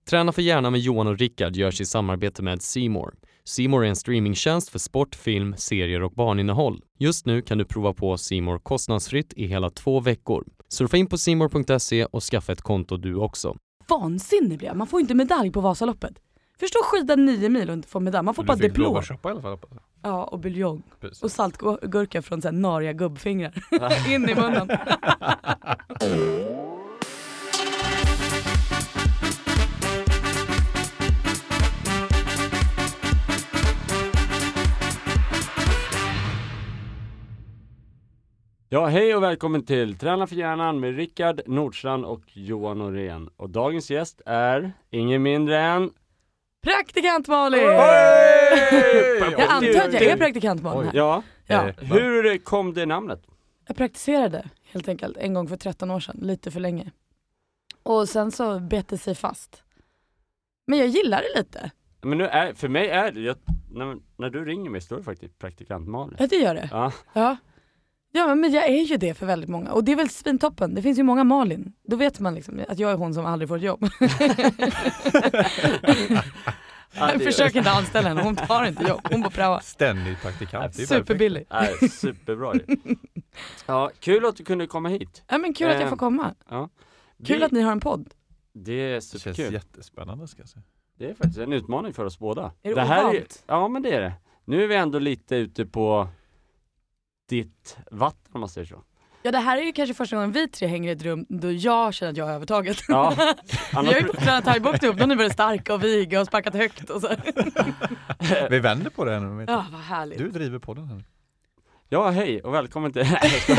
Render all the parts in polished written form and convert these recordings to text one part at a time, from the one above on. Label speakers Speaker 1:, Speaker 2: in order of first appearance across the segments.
Speaker 1: Träna för hjärnan med Johan och Rickard görs i samarbete med C More. C More är en streamingtjänst för sport, film, serier och barninnehåll. Just nu kan du prova på C More kostnadsfritt i hela 2 veckor. Surfa in på cmore.se och skaffa ett konto du också.
Speaker 2: Vansinnig blir jag. Man får inte medalj på Vasaloppet. Förstå skida 9 mil och inte få medalj. Man får bara diplom.
Speaker 3: I alla fall.
Speaker 2: Ja, och buljong.
Speaker 3: Precis.
Speaker 2: Och saltgurka från så här nariga gubbfingrar. In i munnen.
Speaker 4: Ja, hej och välkommen till Träna för hjärnan med Rickard Nordstrand och Johan Norén. Och dagens gäst är ingen mindre än...
Speaker 2: Praktikant Malin! Jag antar att jag är praktikant Malin här.
Speaker 4: Ja.
Speaker 2: Ja.
Speaker 4: Hur kom det namnet?
Speaker 2: Jag praktiserade helt enkelt en gång för 13 år sedan, lite för länge. Och sen så bet det sig fast. Men jag gillar det lite.
Speaker 4: Men nu är, för mig är det... När du ringer mig står det faktiskt praktikant Malin.
Speaker 2: Ja, det gör det.
Speaker 4: Ja.
Speaker 2: Ja, men jag är ju det för väldigt många. Och det är väl svintoppen. Det finns ju många Malin. Då vet man liksom att jag är hon som aldrig får ett jobb. Jag försöker inte anställa henne. Hon tar inte jobb. Hon får pröva.
Speaker 3: Ständig praktikant.
Speaker 2: Superbillig.
Speaker 4: Superbra. Ja, kul att du kunde komma hit.
Speaker 2: Ja, men kul att jag får komma.
Speaker 4: Ja.
Speaker 2: Kul att ni har en podd.
Speaker 4: Det är
Speaker 3: Det
Speaker 4: superkul.
Speaker 3: känns jättespännande, ska jag säga.
Speaker 4: Det är faktiskt en utmaning för oss båda.
Speaker 2: Är det
Speaker 4: här
Speaker 2: ovant?
Speaker 4: Ja, men det är det. Nu är vi ändå lite ute på ditt vatten, om man säger så.
Speaker 2: Ja, det här är ju kanske första gången vi tre hänger i ett rum då jag känner att jag har övertaget.
Speaker 4: Ja.
Speaker 2: Jag har ju tränat thaiboxning upp, då är ni väldigt starka och viga och sparkat högt och så.
Speaker 3: Vi vänder på det nu.
Speaker 2: Ja, vad härligt.
Speaker 3: Du driver podden här.
Speaker 4: Ja, hej och välkommen till...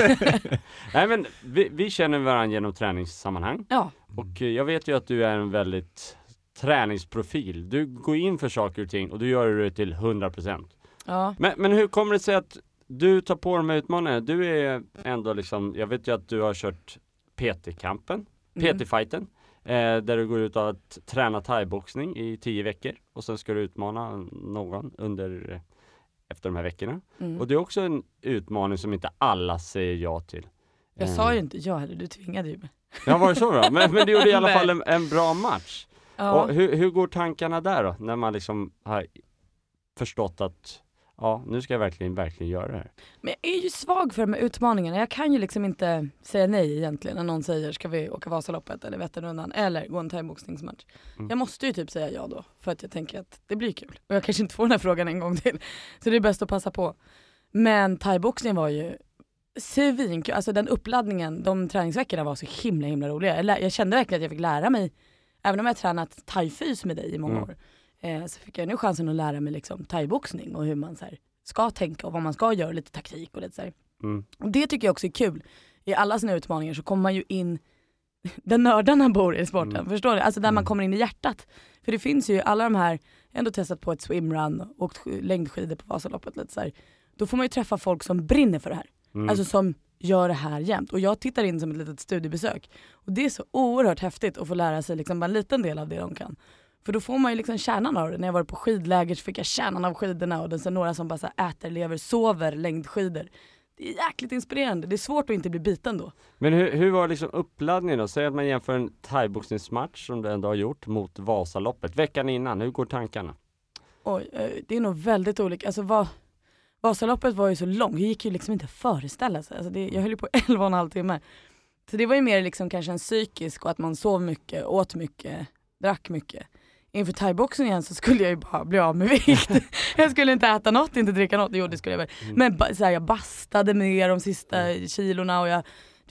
Speaker 4: Nej, men vi känner varandra genom träningssammanhang.
Speaker 2: Ja.
Speaker 4: Och jag vet ju att du är en väldigt träningsprofil. Du går in för saker och ting och du gör det till 100%.
Speaker 2: Ja.
Speaker 4: Men hur kommer det sig att du tar på de här utmaningarna? Du är ändå liksom... Jag vet ju att du har kört PT-kampen, PT-fighten. Där du går ut och att träna thaiboxning i 10 veckor. Och sen ska du utmana någon efter de här veckorna. Och det är också en utmaning som inte alla säger ja till.
Speaker 2: Jag sa ju inte ja heller, du tvingade ju mig.
Speaker 4: Ja, var det så bra? Men du gjorde i alla fall en bra match.
Speaker 2: Ja.
Speaker 4: Och hur går tankarna där då? När man liksom har förstått att ja, nu ska jag verkligen göra det här.
Speaker 2: Men jag är ju svag för de här utmaningarna. Jag kan ju liksom inte säga nej egentligen när någon säger ska vi åka Vasaloppet eller Vätternrundan eller gå en thaiboxningsmatch. Jag måste ju typ säga ja då för att jag tänker att det blir kul. Och jag kanske inte får den här frågan en gång till. Så det är bäst att passa på. Men thaiboxning var ju svinkul. Alltså den uppladdningen, de träningsveckorna var så himla roliga. Jag kände verkligen att jag fick lära mig, även om jag tränat thaifys med dig i många år. Så fick jag nu chansen att lära mig liksom thaiboxning och hur man så här ska tänka och vad man ska göra, lite taktik och lite så här. Och det tycker jag också är kul. I alla såna utmaningar så kommer man ju in där nördarna bor i sporten, förstår du? Alltså där man kommer in i hjärtat. För det finns ju alla de här, jag har ändå testat på ett swimrun och åkt längdskidor på Vasaloppet lite så här. Då får man ju träffa folk som brinner för det här. Alltså som gör det här jämt. Och jag tittar in som ett litet studiebesök. Och det är så oerhört häftigt att få lära sig liksom bara en liten del av det de kan. För då får man ju liksom kärnan av det. När jag var på skidläger så fick jag kärnan av skidorna. Och sen några som bara så här äter, lever, sover längdskidor. Det är jäkligt inspirerande. Det är svårt att inte bli biten då.
Speaker 4: Men hur var liksom uppladdningen då? Säg att man jämför en thaiboxningsmatch som du ändå har gjort mot Vasaloppet. Veckan innan, hur går tankarna?
Speaker 2: Oj, det är nog väldigt olika. Alltså Vasaloppet var ju så långt. Det gick ju liksom inte att föreställa sig. Alltså jag höll ju på 11,5 timmar. Så det var ju mer liksom kanske en psykisk och att man sov mycket, åt mycket, drack mycket. Inför thaiboxningen så skulle jag ju bara bli av med vikt. Jag skulle inte äta något, inte dricka något. Jo, det skulle jag väl. Men så här, jag bastade mer de sista kilorna och jag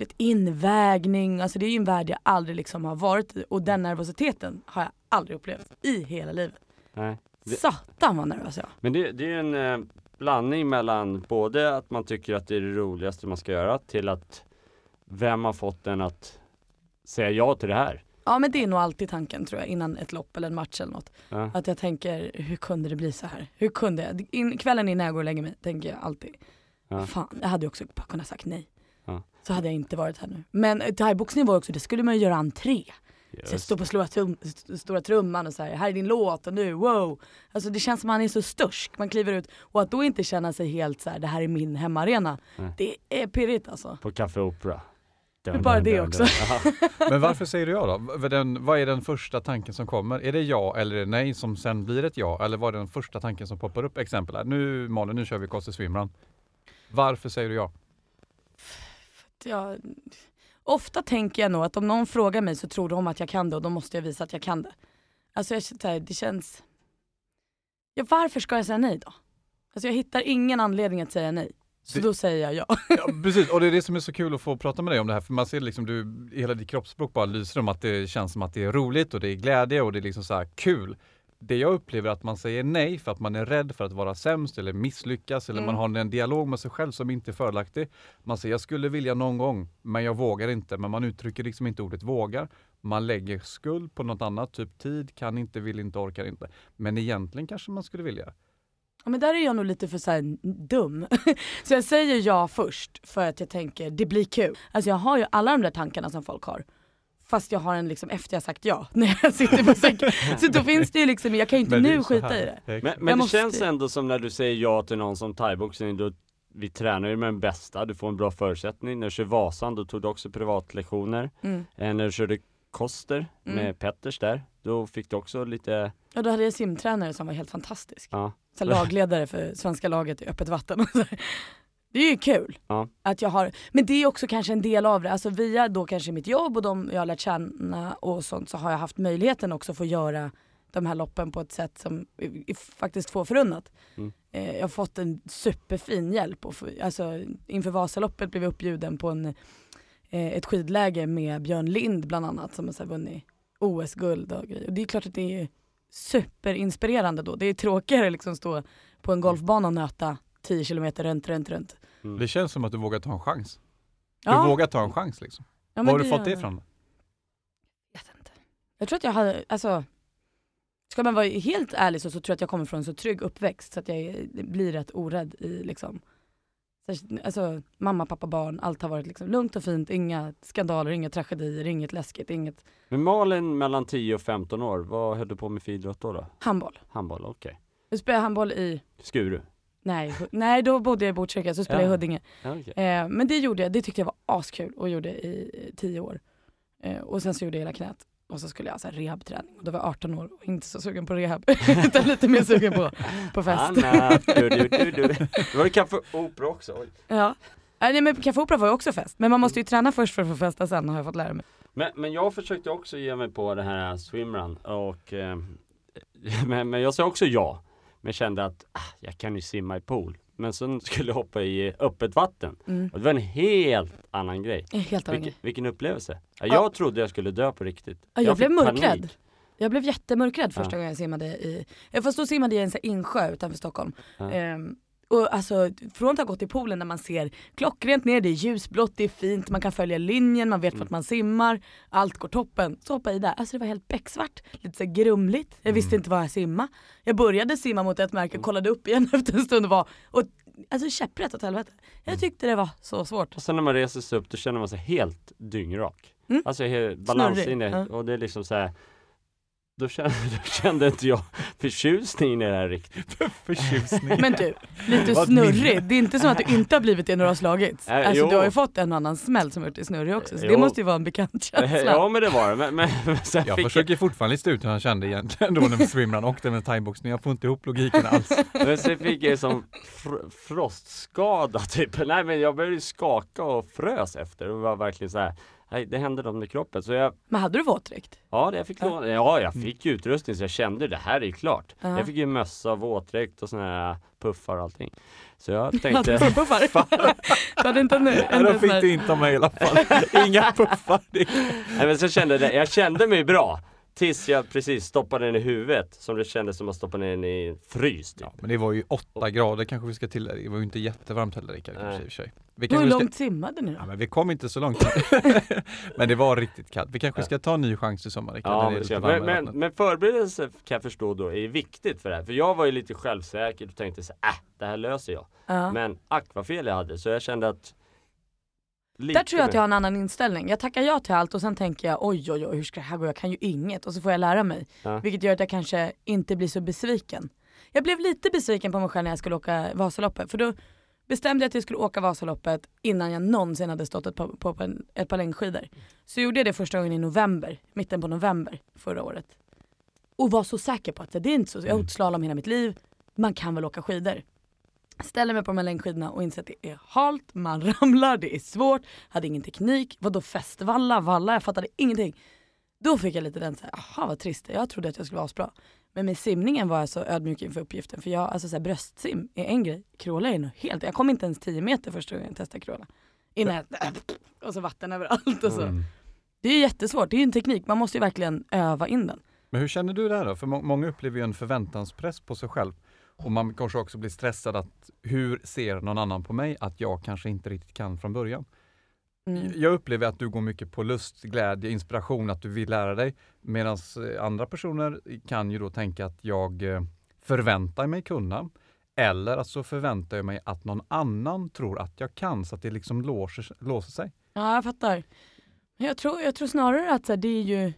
Speaker 2: invägning. Alltså det är ju en värld jag aldrig liksom har varit i. Och den nervositeten har jag aldrig upplevt i hela livet.
Speaker 4: Nej.
Speaker 2: Satan vad nervös jag.
Speaker 4: Men det är en blandning mellan både att man tycker att det är det roligaste man ska göra till att vem har fått den att säga ja till det här.
Speaker 2: Ja, men det är nog alltid tanken tror jag innan ett lopp eller en match eller något.
Speaker 4: Ja.
Speaker 2: Att jag tänker, hur kunde det bli så här? Hur kunde jag? Kvällen innan jag går och lägger mig tänker jag alltid.
Speaker 4: Ja.
Speaker 2: Fan, jag hade ju också bara kunnat sagt nej.
Speaker 4: Ja.
Speaker 2: Så hade jag inte varit här nu. Men thaiboxning var också, det skulle man ju göra entré. Så jag står på stora trumman och så här är din låt och nu, wow. Alltså det känns som man är så störsk. Man kliver ut och att då inte känna sig helt så här, det här är min hemmaarena. Det är pirrigt alltså.
Speaker 4: På Café Opera.
Speaker 2: Bara det också.
Speaker 3: Men varför säger du ja då? Vad är den första tanken som kommer? Är det ja eller är det nej som sen blir ett ja? Eller vad är den första tanken som poppar upp? Exempel här. Nu Malin, nu kör vi Kosse Swimrun. Varför säger du ja?
Speaker 2: Ofta tänker jag nog att om någon frågar mig så tror de att jag kan det och då måste jag visa att jag kan det. Alltså det känns... Ja, varför ska jag säga nej då? Alltså jag hittar ingen anledning att säga nej. Så då säger jag ja.
Speaker 3: Ja, precis. Och det är det som är så kul att få prata med dig om det här. För man ser liksom, hela ditt kroppsspråk bara lyser om att det känns som att det är roligt och det är glädje och det är liksom så här kul. Det jag upplever att man säger nej för att man är rädd för att vara sämst eller misslyckas eller man har en dialog med sig själv som inte är fördelaktig. Man säger jag skulle vilja någon gång men jag vågar inte. Men man uttrycker liksom inte ordet vågar. Man lägger skuld på något annat, typ tid, kan inte, vill inte, orkar inte. Men egentligen kanske man skulle vilja.
Speaker 2: Ja, men där är jag nog lite för så här dum. Så jag säger ja först för att jag tänker det blir kul. Alltså jag har ju alla de där tankarna som folk har. Fast jag har en liksom efter jag sagt ja när jag sitter på säcken. Så då finns det ju liksom, jag kan ju inte nu skita i det.
Speaker 4: Men det känns ändå som när du säger ja till någon som thaiboxning, då vi tränar ju med den bästa, du får en bra förutsättning. När du kör Vasan, då tog du också privatlektioner. När du körde Koster med Petters där, då fick du också lite...
Speaker 2: Ja, då hade jag simtränare som var helt fantastisk.
Speaker 4: Ja.
Speaker 2: Så lagledare för svenska laget i öppet vatten. Det är ju kul att jag har, men det är också kanske en del av det. Alltså via då kanske mitt jobb och de jag har lärt känna och sånt, så har jag haft möjligheten också att få göra de här loppen på ett sätt som faktiskt får förunnat. Jag har fått en superfin hjälp. Och alltså, inför Vasaloppet blev jag uppbjuden på ett skidläge med Björn Lind bland annat som har vunnit OS-guld och grejer. Och det är klart att det är superinspirerande då. Det är tråkigare liksom stå på en golfbana och nöta 10 kilometer runt.
Speaker 3: Det känns som att du vågar ta en chans. Du
Speaker 2: Ja.
Speaker 3: vågar ta en chans liksom.
Speaker 2: Ja,
Speaker 3: Var har du fått det ifrån?
Speaker 2: Jag vet inte. Jag tror att jag hade, alltså, ska man vara helt ärlig så tror jag att jag kommer från en så trygg uppväxt så att jag blir rätt orädd i liksom, alltså mamma, pappa, barn, allt har varit liksom lugnt och fint, inga skandaler, inga tragedier, inget läskigt, inget.
Speaker 4: Men Malin mellan 10 och 15 år, vad höll du på med för idrott då?
Speaker 2: Handboll.
Speaker 4: Handboll, okej.
Speaker 2: Jag spelade handboll i
Speaker 4: Skuru?
Speaker 2: Nej, då bodde jag i Botkyrka, så spelade jag i Huddinge.
Speaker 4: Ja, okay.
Speaker 2: Men det gjorde jag, det tyckte jag var askul och gjorde i 10 år. Och sen så gjorde jag hela knät. Och så skulle jag ha rehabträning. Och då var jag 18 år och inte så sugen på rehab. Utan lite mer sugen på fest.
Speaker 4: Anna, du. Det var det kaffe och opera också. Oj.
Speaker 2: Ja. Nej, men kaffe och opera var ju också fest. Men man måste ju träna först för att få festa sen, har jag fått lära mig.
Speaker 4: Men jag försökte också ge mig på det här swimrun. Och, men jag sa också ja. Men kände att jag kan ju simma i pool. Men sen skulle jag hoppa i öppet vatten. Och det var en helt annan grej. Vilken upplevelse. Jag trodde jag skulle dö på riktigt.
Speaker 2: Jag blev mörkrädd. Jag blev jättemörkrädd första gången jag simmade fast då simmade jag i en sån insjö utanför Stockholm. Och alltså från att ha gått i poolen när man ser klockrent ner, det är ljusblått, det är fint, man kan följa linjen, man vet vart man simmar, allt går toppen. Så hoppade jag i där. Alltså det var helt becksvart, lite så grumligt. Jag visste inte vad jag simma. Jag började simma mot ett märke, kollade upp igen efter en stund och alltså käpprätt åt helvete. Jag tyckte det var så svårt.
Speaker 4: Och sen när man reser sig upp då känner man sig helt dyngrak. Alltså balans inne och det är liksom så här. Då kände inte jag förtjusning i det här riktigt.
Speaker 3: Förtjusning.
Speaker 2: Men du, lite snurrig. Det är inte som att du inte har blivit det när du har slagits. Alltså du har ju fått en annan smäll som har gjort dig snurrig också. Så det måste ju vara en bekant känsla.
Speaker 4: Ja, men det var det. Men sen
Speaker 3: jag försöker fortfarande lista ut hur han kände egentligen då när swimrun och den med thaiboxning. Jag får inte ihop logiken alls.
Speaker 4: Men sen fick jag som frostskada typ. Nej, men jag började skaka och frös efter. Det var verkligen så här. Nej, det hände något med kroppen.
Speaker 2: Men hade du våtdräkt?
Speaker 4: Ja, jag fick utrustning så jag kände det här är klart. Jag fick ju mössa, våtdräkt och såna här puffar och allting. Så jag tänkte...
Speaker 2: Hade du puffar? Du hade inte en
Speaker 3: då fick du inte av mig i alla fall. Inga puffar.
Speaker 4: Nej, men så jag kände mig bra. Tills jag precis stoppade den i huvudet. Som det kändes som att stoppa ner den i en frys typ.
Speaker 3: Ja, men det var ju 8 grader kanske vi ska tillägga. Det var ju inte jättevarmt heller i och för sig.
Speaker 2: Hur långt simmade ni då?
Speaker 3: Ja, men vi kom inte så långt. Men det var riktigt kallt. Vi kanske ska ta en ny chans i sommar.
Speaker 4: Ja, men förberedelse kan jag förstå då är viktigt för det här. För jag var ju lite självsäker och tänkte så det här löser jag. Men vad fel jag hade. Så jag kände att
Speaker 2: där tror jag att jag har en annan inställning. Jag tackar ja till allt och sen tänker jag oj, hur ska det här gå? Jag kan ju inget. Och så får jag lära mig. Vilket gör att jag kanske inte blir så besviken. Jag blev lite besviken på mig själv när jag skulle åka Vasaloppet. För då bestämde jag att jag skulle åka Vasaloppet innan jag någonsin hade stått på ett par längdskidor. Så gjorde jag det första gången i november, mitten på november förra året. Och var så säker på att det är inte så. Jag har åkt slalom hela mitt liv, man kan väl åka skidor. Ställer mig på de här längdskidorna och inser att det är halt, man ramlar, det är svårt, hade ingen teknik. Vadå valla, jag fattade ingenting. Då fick jag lite den såhär, aha vad trist, jag trodde att jag skulle vara asbra. Men med simningen var jag så ödmjuk inför uppgiften. För jag, alltså såhär, bröstsim är en grej, kråla är nog helt, jag kom inte ens 10 meter första gången jag testade kråla. Innan jag, och så vatten överallt och så. Det är jättesvårt, det är ju en teknik, man måste ju verkligen öva in den.
Speaker 3: Men hur känner du det här då? För många upplever ju en förväntanspress på sig själv. Och man kanske också blir stressad att hur ser någon annan på mig att jag kanske inte riktigt kan från början. Jag upplever att du går mycket på lust, glädje, inspiration, att du vill lära dig. Medan andra personer kan ju då tänka att jag förväntar mig kunna. Eller att så förväntar jag mig att någon annan tror att jag kan. Så att det liksom låser sig.
Speaker 2: Ja, jag fattar. Jag tror snarare att så här, det är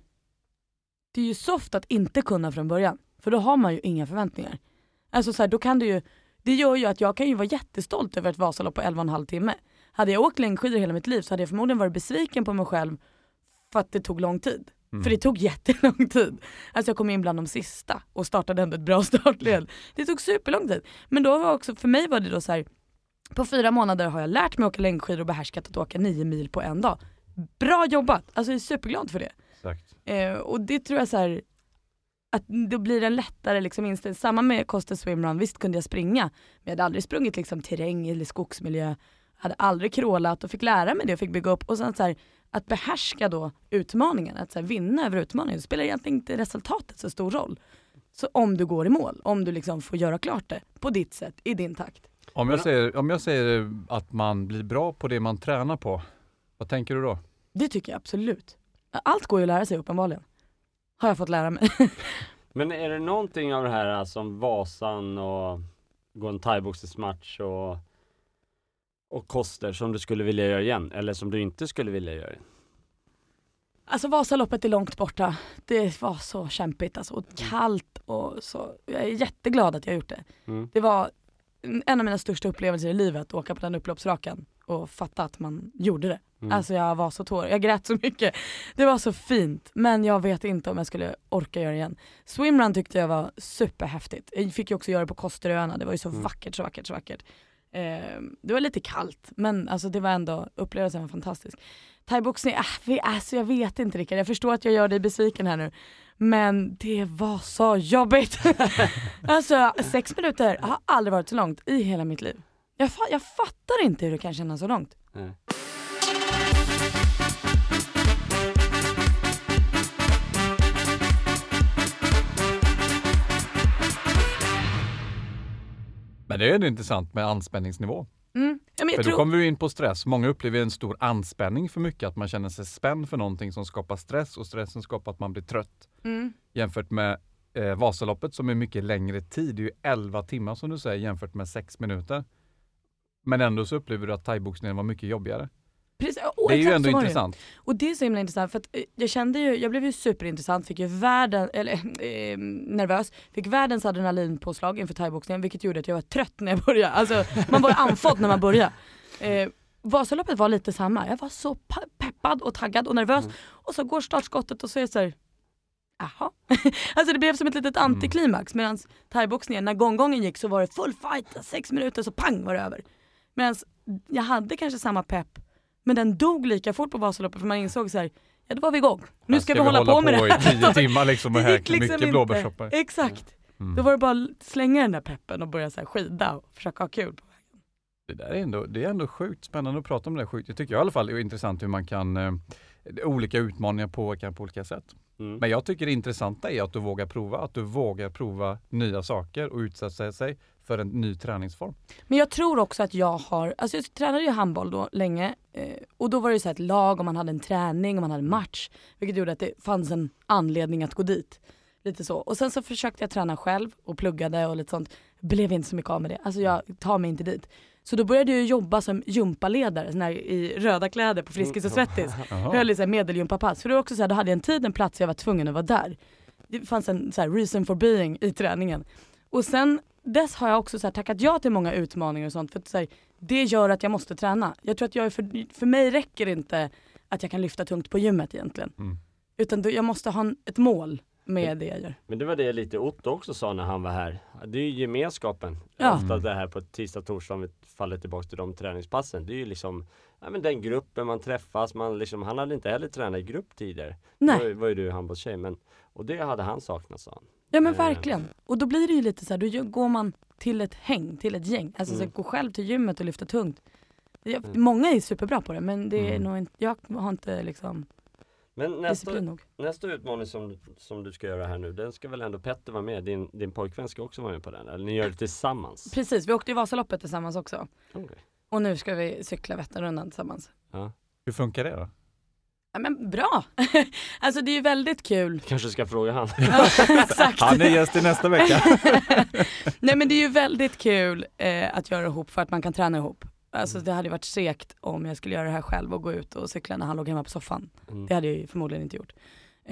Speaker 2: ju soft att inte kunna från början. För då har man ju inga förväntningar. Alltså så här, då kan det gör ju att jag kan ju vara jättestolt över ett Vasalopp på 11,5 timme. Hade jag åkt längdskidor hela mitt liv så hade jag förmodligen varit besviken på mig själv för att det tog lång tid. För det tog jättelång tid. Alltså jag kom in bland de sista och startade ändå ett bra startled. Det tog superlång tid. Men då var också, för mig var det då så här, på 4 månader har jag lärt mig åka längdskidor och behärskat att åka 9 mil på en dag. Bra jobbat! Alltså jag är superglad för det.
Speaker 3: Exakt.
Speaker 2: Och det tror jag så här, att då blir det lättare liksom inställd. Samma med Costa Swimrun, visst kunde jag springa. Men jag hade aldrig sprungit liksom terräng eller skogsmiljö. Hade aldrig krålat och fick lära mig det och fick bygga upp. Och sen så här, att behärska då utmaningen, att så här, vinna över utmaningen, så spelar egentligen inte resultatet så stor roll. Så om du går i mål, om du liksom får göra klart det på ditt sätt, i din takt.
Speaker 3: Om jag säger att man blir bra på det man tränar på, vad tänker du då?
Speaker 2: Det tycker jag absolut. Allt går ju att lära sig uppenbarligen. Har jag fått lära mig.
Speaker 4: Men är det någonting av det här som Vasan och gå en thaiboxningsmatch och Koster som du skulle vilja göra igen? Eller som du inte skulle vilja göra igen?
Speaker 2: Alltså Vasaloppet är långt borta. Det var så kämpigt alltså, och kallt och så. Jag är jätteglad att jag gjort det. Det var en av mina största upplevelser i livet att åka på den upploppsrakan och fatta att man gjorde det. Alltså jag var så tår. Jag grät så mycket. Det var så fint. Men jag vet inte om jag skulle orka göra det igen. Swimrun tyckte jag var superhäftigt. Jag fick ju också göra det på Kosteröarna. Det var ju så vackert. Det var lite kallt. Men alltså det var ändå, upplevelsen var fantastisk. Thaiboxning, alltså jag vet inte riktigt. Jag förstår att jag gör dig besviken här nu. Men det var så jobbigt. Alltså 6 minuter har aldrig varit så långt i hela mitt liv. Jag fattar inte hur det kan kännas så långt.
Speaker 3: Men det är ju intressant med anspänningsnivå.
Speaker 2: Ja, men
Speaker 3: för då kommer vi in på stress. Många upplever en stor anspänning för mycket. Att man känner sig spänd för någonting som skapar stress. Och stressen skapar att man blir trött. Jämfört med Vasaloppet som är mycket längre tid. Det är ju 11 timmar som du säger jämfört med 6 minuter. Men ändå så upplever du att thaiboxningen var mycket jobbigare.
Speaker 2: Precis.
Speaker 3: Det är ju ändå intressant.
Speaker 2: Och det är så himla intressant för att jag blev ju superintressant, fick ju nervös, fick världens adrenalinpåslag inför thaiboxningen, vilket gjorde att jag var trött när jag började. Alltså man var anfådd när man började. Vasaloppet var lite samma. Jag var så peppad och taggad och nervös. Och så går startskottet och så är det så här, aha. Alltså det blev som ett litet antiklimax. Medan thaiboxningen, när gången gick så var det full fight, 6 minuter så pang var det över. Medan jag hade kanske samma pepp, men den dog lika fort på Vasaloppet för man insåg så här, ja då var vi igång. Nu ska vi hålla på med det här.
Speaker 3: I 10 timmar liksom och
Speaker 2: det liksom
Speaker 3: mycket blåbärssoppa.
Speaker 2: Exakt. Då var det bara att slänga den där peppen och börja så här skida och försöka ha kul på vägen.
Speaker 3: Det är ändå sjukt spännande att prata om det sjukt. Jag tycker i alla fall det är intressant hur man kan olika utmaningar påverka på olika sätt. Men jag tycker det intressanta är att du vågar prova nya saker och utsätta sig för en ny träningsform.
Speaker 2: Men jag tror också att jag tränade ju handboll då länge och då var det så här ett lag och man hade en träning och man hade match, vilket gjorde att det fanns en anledning att gå dit. Lite så. Och sen så försökte jag träna själv och pluggade och lite sånt. Blev inte så mycket av med det. Alltså jag tar mig inte dit. Så då började jag jobba som gympaledare sån här, i röda kläder på Friskis och Svettis. Höll lite medelgympapass. För det var också så här, då hade jag en tid, en plats, jag var tvungen att vara där. Det fanns en så här reason for being i träningen. Och sen dess har jag också så här, tackat ja till många utmaningar och sånt. För att, så här, det gör att jag måste träna. Jag tror att för mig räcker det inte att jag kan lyfta tungt på gymmet egentligen. Utan jag måste ha ett mål med det jag gör.
Speaker 4: Men det var det lite Otto också sa när han var här. Det är ju gemenskapen.
Speaker 2: Ja.
Speaker 4: Ofta det här på tisdag, torsdag, om vi faller tillbaka till de träningspassen. Det är ju liksom men den gruppen man träffas. Han hade inte heller tränat i grupp tidigare.
Speaker 2: Nej.
Speaker 4: Var ju du handbollstjej. Och det hade han saknat, sa han.
Speaker 2: Ja men verkligen. Och då blir det ju lite så här, då går man till ett gäng. Alltså så gå själv till gymmet och lyfta tungt. Många är superbra på det, men det är nog inte, jag har inte liksom
Speaker 4: men
Speaker 2: disciplin nog.
Speaker 4: nästa utmaning som du ska göra här nu, den ska väl ändå Petter vara med? Din pojkvän ska också vara med på den, eller ni gör det tillsammans?
Speaker 2: Precis, vi åkte ju Vasaloppet tillsammans också.
Speaker 4: Okay.
Speaker 2: Och nu ska vi cykla Vätternrundan tillsammans.
Speaker 3: Ja. Hur funkar det då?
Speaker 2: Ja men bra! Alltså det är ju väldigt kul.
Speaker 4: Kanske ska fråga han.
Speaker 2: Ja, exakt.
Speaker 3: Han är gäst i nästa vecka.
Speaker 2: Nej men det är ju väldigt kul att göra ihop för att man kan träna ihop. Alltså det hade varit segt om jag skulle göra det här själv och gå ut och cykla när han låg hemma på soffan. Det hade jag ju förmodligen inte gjort.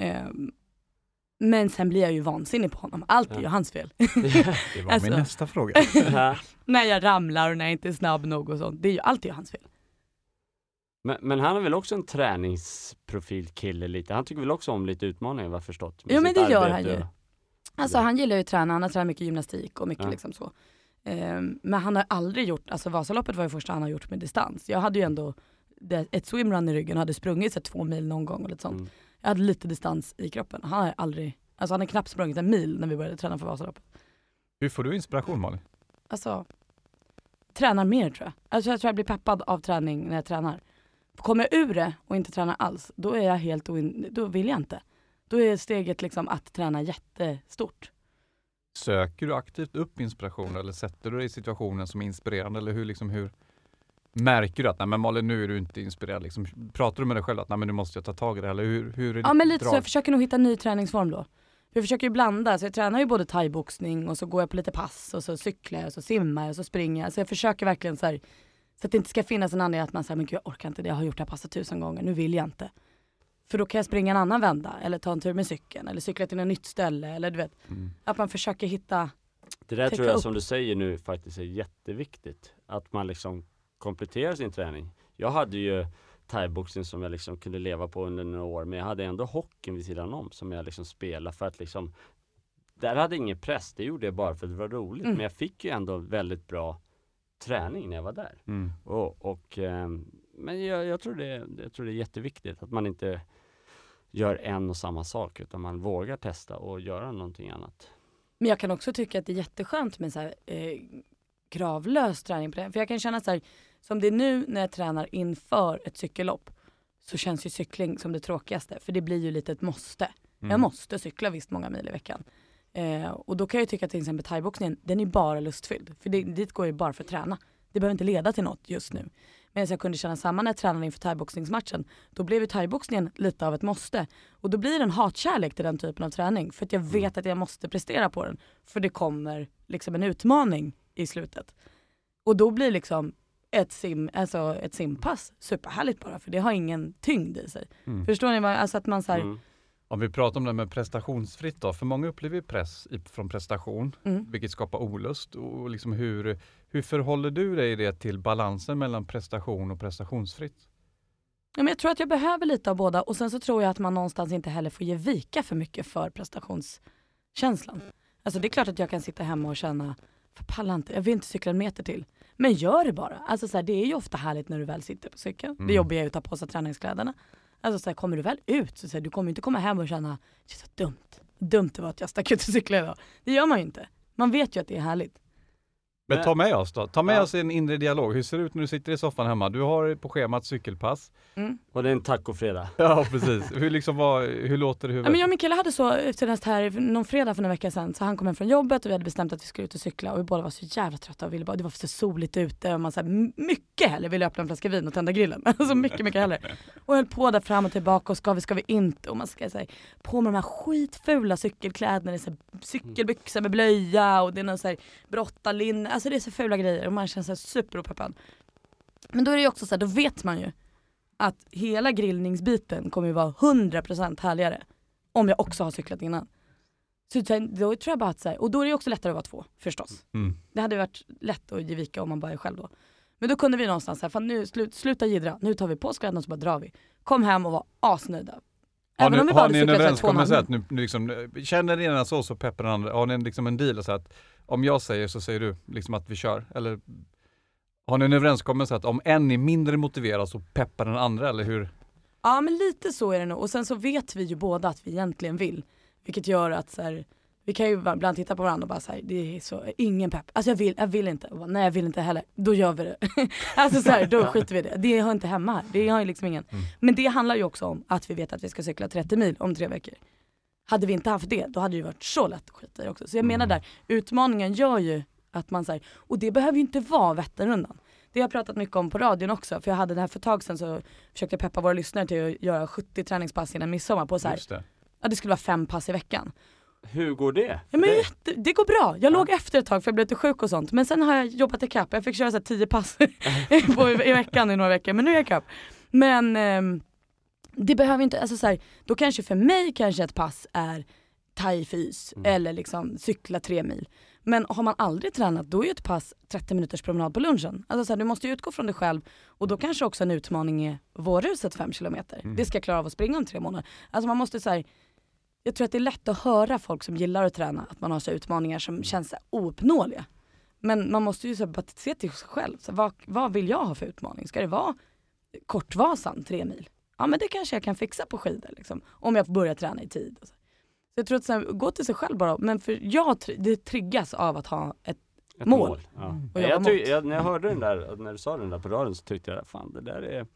Speaker 2: Men sen blir jag ju vansinnig på honom. Allt är ju hans fel.
Speaker 3: Det var min nästa fråga.
Speaker 2: När jag ramlar och när jag inte är snabb nog och sånt. Det är ju alltid hans fel.
Speaker 4: Men han är väl också en träningsprofilkille lite. Han tycker väl också om lite utmaningar, vad jag förstått.
Speaker 2: Jo men det gör han ju. Alltså han gillar ju att träna. Han har tränat mycket gymnastik och mycket liksom så. Men han har aldrig gjort, alltså Vasaloppet var ju första han har gjort med distans. Jag hade ju ändå ett swimrun i ryggen och hade sprungit så 2 mil någon gång och lite sånt. Jag hade lite distans i kroppen. Han har aldrig, alltså han har knappt sprungit 1 mil när vi började träna för Vasaloppet.
Speaker 3: Hur får du inspiration, Malin?
Speaker 2: Alltså, tränar mer tror jag. Alltså jag tror jag blir peppad av träning när jag tränar. Kommer jag ur det och inte tränar alls, då är jag då vill jag inte. Då är steget liksom att träna jättestort.
Speaker 3: Söker du aktivt upp inspiration eller sätter du dig i situationen som är inspirerande? Eller hur märker du att nej, men Malin, nu är du inte inspirerad? Liksom, pratar du med dig själv att nej, men nu måste jag ta tag i det? Eller hur är det?
Speaker 2: Ja, men lite så. Jag försöker nog hitta en ny träningsform då. Jag försöker ju blanda. Så jag tränar ju både thaiboxning och så går jag på lite pass och så cyklar jag och så simmar jag och så springer jag. Så jag försöker verkligen så här, så att det inte ska finnas en anledning att man säger men gud jag orkar inte det. Jag har gjort det här passet 1000 gånger. Nu vill jag inte. För då kan jag springa en annan vända eller ta en tur med cykeln eller cykla till ett nytt ställe eller du vet. Att man försöker hitta.
Speaker 4: Det där tror jag som du säger nu faktiskt är jätteviktigt. Att man liksom kompletterar sin träning. Jag hade ju thaiboxning som jag liksom kunde leva på under några år. Men jag hade ändå hockeyn vid sidan om som jag liksom spelade för att liksom. Där hade ingen press. Det gjorde jag bara för att det var roligt. Men jag fick ju ändå väldigt bra träning när jag var där. Men jag tror det är jätteviktigt att man inte gör en och samma sak utan man vågar testa och göra någonting annat.
Speaker 2: Men jag kan också tycka att det är jätteskönt med så här, kravlös träning på det. För jag kan känna så här, som det är nu när jag tränar inför ett cykellopp så känns ju cykling som det tråkigaste. För det blir ju lite ett måste. Jag måste cykla visst många mil i veckan. Och då kan jag tycka att till exempel thaiboxningen, den är bara lustfylld. För dit går ju bara för att träna. Det behöver inte leda till något just nu. Men jag kunde känna samma när jag tränade inför thaiboxningsmatchen. Då blev ju thaiboxningen lite av ett måste. Och då blir det en hatkärlek till den typen av träning. För att jag vet att jag måste prestera på den. För det kommer liksom en utmaning i slutet. Och då blir liksom ett simpass superhärligt bara. För det har ingen tyngd i sig. Förstår ni? Alltså att man så här.
Speaker 3: Om vi pratar om det med prestationsfritt då. För många upplever press från prestation. Vilket skapar olust. Och liksom hur förhåller du dig det till balansen mellan prestation och prestationsfritt?
Speaker 2: Ja, men jag tror att jag behöver lite av båda. Och sen så tror jag att man någonstans inte heller får ge vika för mycket för prestationskänslan. Alltså det är klart att jag kan sitta hemma och känna, för pallar inte, jag vill inte cykla 1 meter till. Men gör det bara. Alltså så här, det är ju ofta härligt när du väl sitter på cykeln. Det jobbiga är att ta på sig träningskläderna. Alltså så här, kommer du väl ut så här, du kommer inte komma hem och känna, det är så dumt det var att jag stack ut och cyklade idag. Det gör man ju inte. Man vet ju att det är härligt.
Speaker 3: Men ta med oss då. Ta med oss en inre dialog. Hur ser det ut när du sitter i soffan hemma? Du har på schemat cykelpass.
Speaker 4: Och det är en tacofredag.
Speaker 3: Ja, precis. Hur låter det?
Speaker 2: Ja, men jag och min kille hade så senast här någon fredag för några veckor sedan. Så han kom hem från jobbet och vi hade bestämt att vi skulle ut och cykla. Och vi båda var så jävla trötta och ville bara, det var så soligt ute. Och man så här, mycket hellre ville öppna en flaska vin och tända grillen. Alltså mycket hellre. Och höll på där fram och tillbaka och ska vi inte. Och man ska säga på med de här skitfula cykelkläderna. Det är så här, cykelbyxor med blöja och det är någon så här brottarlinne. Alltså det är så fula grejer och man känner sig superpeppad. Men då är det ju också så här, då vet man ju att hela grillningsbiten kommer ju vara 100% härligare om jag också har cyklat innan. Så då tror jag bara att så här, och då är det ju också lättare att vara 2 förstås. Det hade varit lätt att ge vika om man bara är själv då. Men då kunde vi någonstans säga, fan nu sluta jiddra, nu tar vi på skrädden och så bara drar vi. Kom hem och var asnöjda. Även om vi bara
Speaker 3: har ni en
Speaker 2: cyklat
Speaker 3: överenskommelse att nu liksom, känner ni ena så peppar den andra? Har ni liksom en deal så att om jag säger så säger du liksom att vi kör? Eller har ni en överenskommelse att om en är mindre motiverad så peppar den andra, eller hur?
Speaker 2: Ja, men lite så är det nog. Och sen så vet vi ju båda att vi egentligen vill. Vilket gör att så här, vi kan ju ibland titta på varandra och bara säga det är så, ingen pepp. Alltså jag vill inte. Och bara, nej, jag vill inte heller. Då gör vi det. Alltså så här, då skiter vi det. Det hör inte hemma här. Det har ju liksom ingen. Men det handlar ju också om att vi vet att vi ska cykla 30 mil om 3 veckor. Hade vi inte haft det, då hade det ju varit så lätt att skita i också. Så jag menar där, utmaningen gör ju att man säger, och det behöver ju inte vara Vätternrundan. Det har jag pratat mycket om på radion också. För jag hade det här för ett tag sedan, så försökte jag peppa våra lyssnare till att göra 70 träningspass innan midsommar på så här.
Speaker 3: Just det.
Speaker 2: Ja, det skulle vara 5 pass i veckan.
Speaker 4: Hur går det?
Speaker 2: Ja, men det går bra. Jag låg efter ett tag för jag blev lite sjuk och sånt. Men sen har jag jobbat ikapp. Jag fick köra så här 10 pass i veckan i några veckor. Men nu är jag ikapp. Men det behöver inte, alltså så här, då kanske för mig kanske ett pass är thai-fys eller liksom cykla 3 mil. Men har man aldrig tränat, då är ju ett pass 30 minuters promenad på lunchen. Alltså så här, du måste ju utgå från dig själv. Och då kanske också en utmaning är vårruset 5 kilometer. Det ska jag klara av att springa om 3 månader. Alltså man måste så här, jag tror att det är lätt att höra folk som gillar att träna, att man har så utmaningar som känns ouppnåeliga. Men man måste ju så bara se till sig själv. Så vad vill jag ha för utmaning? Ska det vara Kortvasan 3 mil? Ja, men det kanske jag kan fixa på skidor liksom, om jag får börja träna i tid. Och så jag tror att så här, gå till sig själv bara. Men för det triggas av att ha ett mål.
Speaker 4: Ja.
Speaker 2: Och
Speaker 4: när jag hörde den där, när du sa den där på radion, så tyckte jag, fan det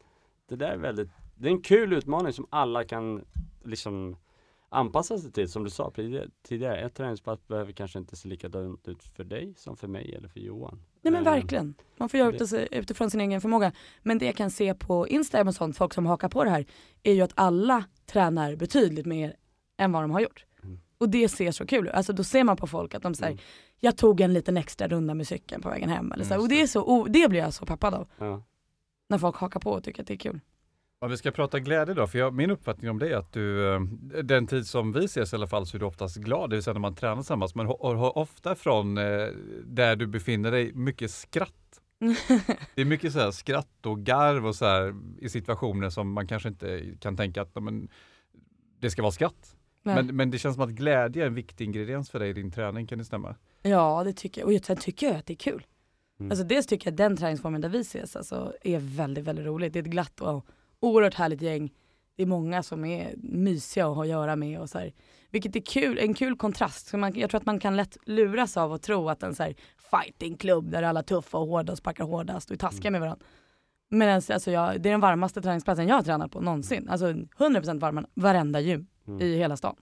Speaker 4: där är väldigt, det är en kul utmaning som alla kan liksom anpassa sig till, som du sa tidigare. Ett träningspass behöver kanske inte se likadant ut för dig som för mig eller för Johan.
Speaker 2: Nej, men verkligen. Man får göra utifrån sin egen förmåga. Men det jag kan se på Instagram och sånt, folk som hakar på det här, är ju att alla tränar betydligt mer än vad de har gjort. Och det ser så kul ut. Alltså då ser man på folk att de säger, jag tog en liten extra runda med cykeln på vägen hem. Eller så. Och det är så, det blir jag så peppad av. Ja. När folk hakar på och tycker att det är kul.
Speaker 3: Ja, vi ska prata glädje då, för min uppfattning om det är att du, den tid som vi ses i alla fall, så är du oftast glad, det vill säga när man tränar tillsammans, men har ofta från där du befinner dig mycket skratt. Det är mycket så här skratt och garv och så här, i situationer som man kanske inte kan tänka att men, det ska vara skratt. Men det känns som att glädje är en viktig ingrediens för dig i din träning, kan det stämma? Ja,
Speaker 2: det tycker jag. Och sen tycker jag att det är kul. Alltså dels tycker jag att den träningsformen där vi ses alltså, är väldigt, väldigt roligt. Det är ett glatt och oerhört härligt gäng. Det är många som är mysiga att ha att göra med. Och så här, vilket är kul, en kul kontrast. Så jag tror att man kan lätt luras av att tro att en så här fightingklubb där alla tuffa och hårda och sparkar hårdast och är taskiga med varandra. Men alltså, det är den varmaste träningsplatsen jag har tränat på någonsin. Alltså 100% varmare varenda gym i hela stan.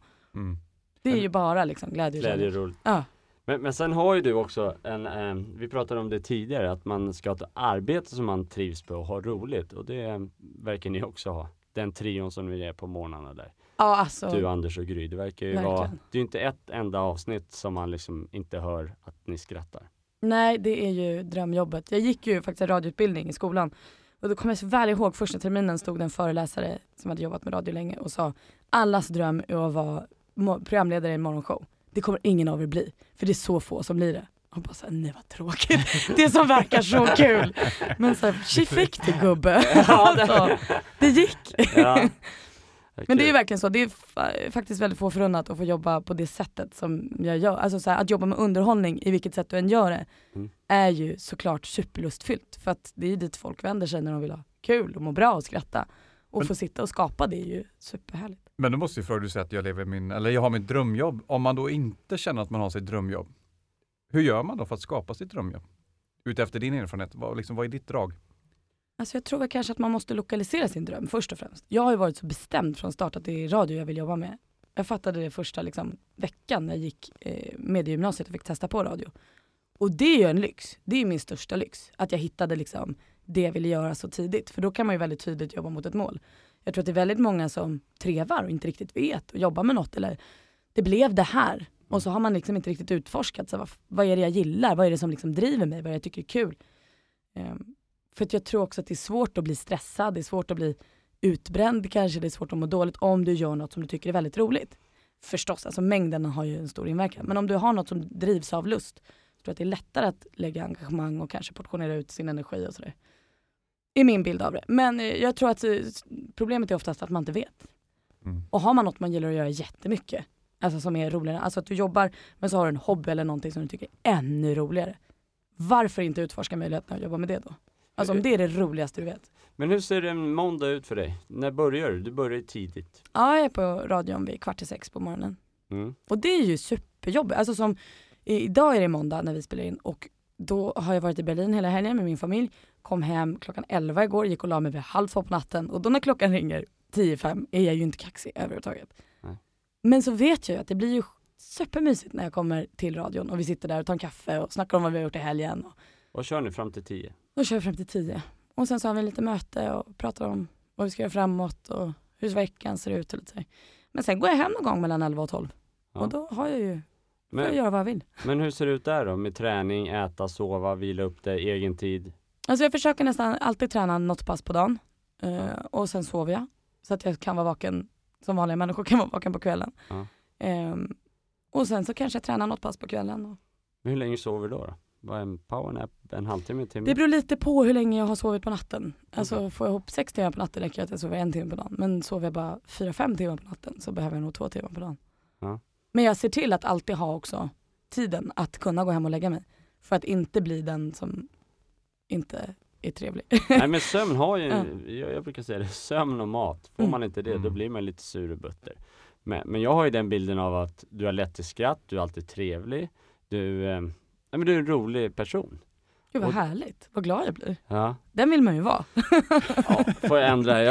Speaker 2: Det är ju bara liksom glädje
Speaker 4: och roligt.
Speaker 2: Ja.
Speaker 4: Men sen har ju du också vi pratade om det tidigare, att man ska ha ett arbete som man trivs på och ha roligt. Och det verkar ni också ha. Den trion som vi är på morgnarna där.
Speaker 2: Ja, alltså.
Speaker 4: Du, Anders och Gry. Det verkar ju
Speaker 2: verkligen.
Speaker 4: det är ju inte ett enda avsnitt som man liksom inte hör att ni skrattar.
Speaker 2: Nej, det är ju drömjobbet. Jag gick ju faktiskt en radioutbildning i skolan. Och då kommer jag så väl ihåg, första terminen stod en föreläsare som hade jobbat med radio länge och sa, allas dröm är att vara programledare i en morgonshow. Det kommer ingen av er bli, för det är så få som blir det. Och bara såhär, nej vad tråkigt. Det som verkar så kul. Men såhär, she fick det gubbe. Alltså, det gick.
Speaker 4: Ja.
Speaker 2: Men det är ju verkligen så. Det är faktiskt väldigt få förunnat att få jobba på det sättet som jag gör. Alltså såhär, att jobba med underhållning i vilket sätt du än gör det är ju såklart superlustfyllt. För att det är dit folk vänder sig när de vill ha kul och må bra och skratta. Och få sitta och skapa, det är ju superhärligt.
Speaker 3: Men då måste jag fråga, du säga att jag har mitt drömjobb. Om man då inte känner att man har sitt drömjobb, hur gör man då för att skapa sitt drömjobb? Utefter din erfarenhet, vad är ditt drag?
Speaker 2: Alltså jag tror väl kanske att man måste lokalisera sin dröm först och främst. Jag har ju varit så bestämd från start att det är radio jag vill jobba med. Jag fattade det första veckan när jag gick mediegymnasiet och fick testa på radio. Och det är ju en lyx. Det är min största lyx. Att jag hittade det jag ville göra så tidigt. För då kan man ju väldigt tydligt jobba mot ett mål. Jag tror att det är väldigt många som trevar och inte riktigt vet och jobbar med något. Eller det blev det här. Och så har man inte riktigt utforskat. Så vad är det jag gillar? Vad är det som driver mig? Vad är det jag tycker är kul? För att jag tror också att det är svårt att bli stressad. Det är svårt att bli utbränd kanske. Det är svårt att må dåligt om du gör något som du tycker är väldigt roligt. Förstås, alltså mängden har ju en stor inverkan. Men om du har något som drivs av lust Jag tror att det är lättare att lägga engagemang och kanske portionera ut sin energi och sådär. Är min bild av det. Men jag tror att problemet är oftast att man inte vet. Och har man något man gillar att göra jättemycket, alltså som är roligare, alltså att du jobbar men så har du en hobby eller någonting som du tycker är ännu roligare. Varför inte utforska möjligheten att jobba med det då? Alltså om det är det roligaste du vet.
Speaker 4: Men hur ser en måndag ut för dig? När börjar du? Du börjar ju tidigt.
Speaker 2: Ja, jag är på radion vid 5:45 på morgonen. Och det är ju superjobbigt. Alltså som idag är det måndag när vi spelar in och då har jag varit i Berlin hela helgen med min familj. Kom hem klockan 11 igår, gick och la mig vid 1:30 på natten. Och då när klockan ringer 10:05 är jag ju inte kaxig överhuvudtaget.
Speaker 4: Nej.
Speaker 2: Men så vet jag ju att det blir ju supermysigt när jag kommer till radion och vi sitter där och tar en kaffe och snackar om vad vi har gjort i helgen.
Speaker 4: Och kör ni fram till 10?
Speaker 2: Då kör vi fram till 10. Och sen så har vi lite möte och pratar om vad vi ska göra framåt och hur veckan ser ut och lite så. Men sen går jag hem någon gång mellan 11 och 12. Ja. Och då har jag ju, får jag göra vad jag vill.
Speaker 4: Men hur ser det ut där då? Med träning, äta, sova, vila upp det, egen tid?
Speaker 2: Alltså jag försöker nästan alltid träna något pass på dagen. Och sen sover jag. Så att jag kan vara vaken, som vanliga människor kan vara vaken på kvällen.
Speaker 4: Ja.
Speaker 2: Och sen så kanske jag tränar något pass på kvällen.
Speaker 4: Men hur länge sover du då? Vad är en powernap? En halvtimme, timme?
Speaker 2: Det beror lite på hur länge jag har sovit på natten. Alltså får jag ihop 6 timmar på natten räcker att jag sover 1 timme på dagen. Men sover jag bara 4-5 timmar på natten så behöver jag nog 2 timmar på dagen.
Speaker 4: Ja.
Speaker 2: Men jag ser till att alltid ha också tiden att kunna gå hem och lägga mig. För att inte bli den som inte är trevlig.
Speaker 4: Nej men sömn har ju, jag brukar säga det, sömn och mat. Får man inte det, då blir man lite sur och butter. Men jag har ju den bilden av att du har lätt till skratt, du är alltid trevlig. Du är en rolig person.
Speaker 2: Gud vad härligt, vad glad jag blir.
Speaker 4: Ja.
Speaker 2: Den vill man ju vara.
Speaker 4: Ja, får jag ändra?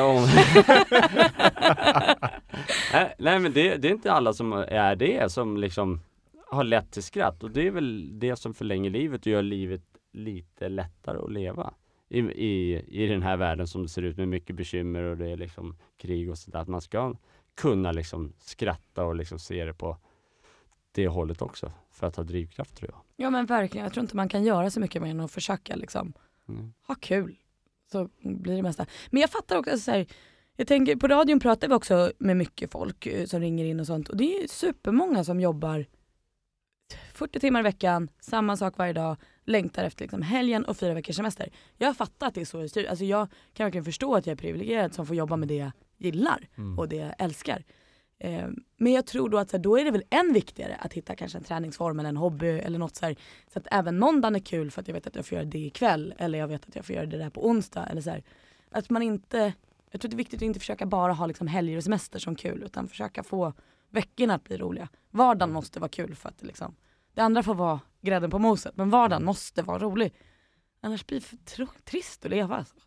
Speaker 4: Nej men det är inte alla som är det, som liksom har lätt till skratt. Och det är väl det som förlänger livet och gör livet lite lättare att leva. I den här världen som det ser ut med mycket bekymmer och det är liksom krig och sådär. Att man ska kunna liksom skratta och liksom se det på det hållet också. För att ha drivkraft, tror jag.
Speaker 2: Ja men verkligen, jag tror inte man kan göra så mycket mer än att försöka liksom ha kul. Så blir det mesta. Men jag fattar också så här, jag tänker på radion pratar vi också med mycket folk som ringer in och sånt. Och det är ju supermånga som jobbar 40 timmar i veckan, samma sak varje dag, längtar efter liksom helgen och 4 veckors semester. Jag fattar att det är så styrt. Alltså jag kan verkligen förstå att jag är privilegierad som får jobba med det jag gillar och det jag älskar. Men jag tror då att så här, då är det väl än viktigare att hitta kanske en träningsform eller en hobby eller något så här, så att även måndagen är kul för att jag vet att jag får göra det ikväll eller jag vet att jag får göra det där på onsdag eller så här. Att man inte, jag tror det är viktigt att inte försöka bara ha liksom helger och semester som kul utan försöka få veckorna att bli roliga. Vardagen måste vara kul för att det liksom, det andra får vara grädden på moset men vardagen måste vara rolig. Annars blir det för trist att leva alltså.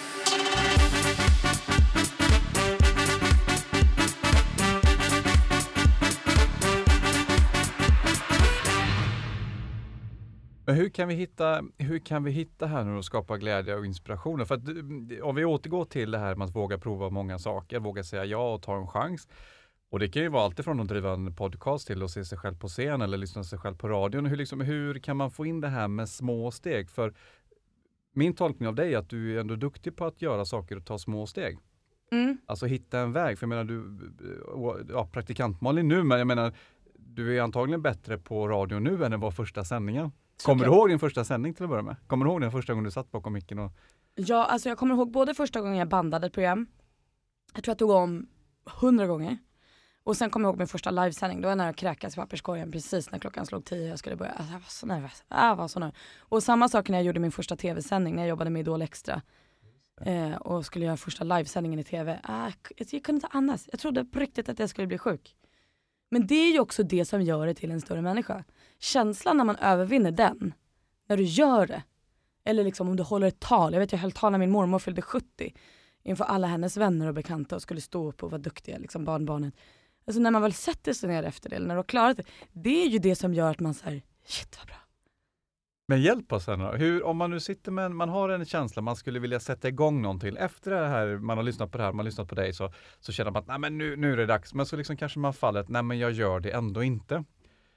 Speaker 3: Men hur kan vi hitta här nu och skapa glädje och inspiration? För att om vi återgår till det här med att våga prova många saker, våga säga ja och ta en chans. Och det kan ju vara alltid från att driva en podcast till att se sig själv på scen eller lyssna sig själv på radion. Hur kan man få in det här med små steg? För min tolkning av dig är att du är ändå duktig på att göra saker och ta små steg. Alltså hitta en väg. För jag menar, praktikant Malin nu, men jag menar, du är antagligen bättre på radio nu än det var första sändningen. Kommer du ihåg din första sändning till att börja med? Kommer du ihåg den första gången du satt bakom micken? Och...
Speaker 2: Ja, alltså jag kommer ihåg både första gången jag bandade ett program. Jag tror jag tog om 100 gånger. Och sen kommer jag ihåg min första livesändning. Då var jag nära att kräkas i papperskorgen precis när klockan slog 10. Jag skulle börja, alltså, jag var så nervös. Jag var så nervös. Och samma sak när jag gjorde min första tv-sändning. När jag jobbade med Idol Extra. Och skulle göra första livesändningen i tv. Jag kunde inte andas. Jag trodde på riktigt att jag skulle bli sjuk. Men det är ju också det som gör det till en större människa. Känslan när man övervinner den. När du gör det. Eller liksom om du håller ett tal. Jag vet jag höll tal när min mormor fyllde 70. Inför alla hennes vänner och bekanta. Och skulle stå upp och vara duktiga. Liksom barnbarnet. Alltså när man väl sätter sig ner efter det. Eller när du har klarat det. Det är ju det som gör att man säger shit vad bra.
Speaker 3: Men hjälp oss här då. Om man nu sitter med man har en känsla, man skulle vilja sätta igång någonting. Efter det här, man har lyssnat på det här, man har lyssnat på dig så känner man att nej, men nu är det dags. Men så liksom kanske man faller att nej men jag gör det ändå inte.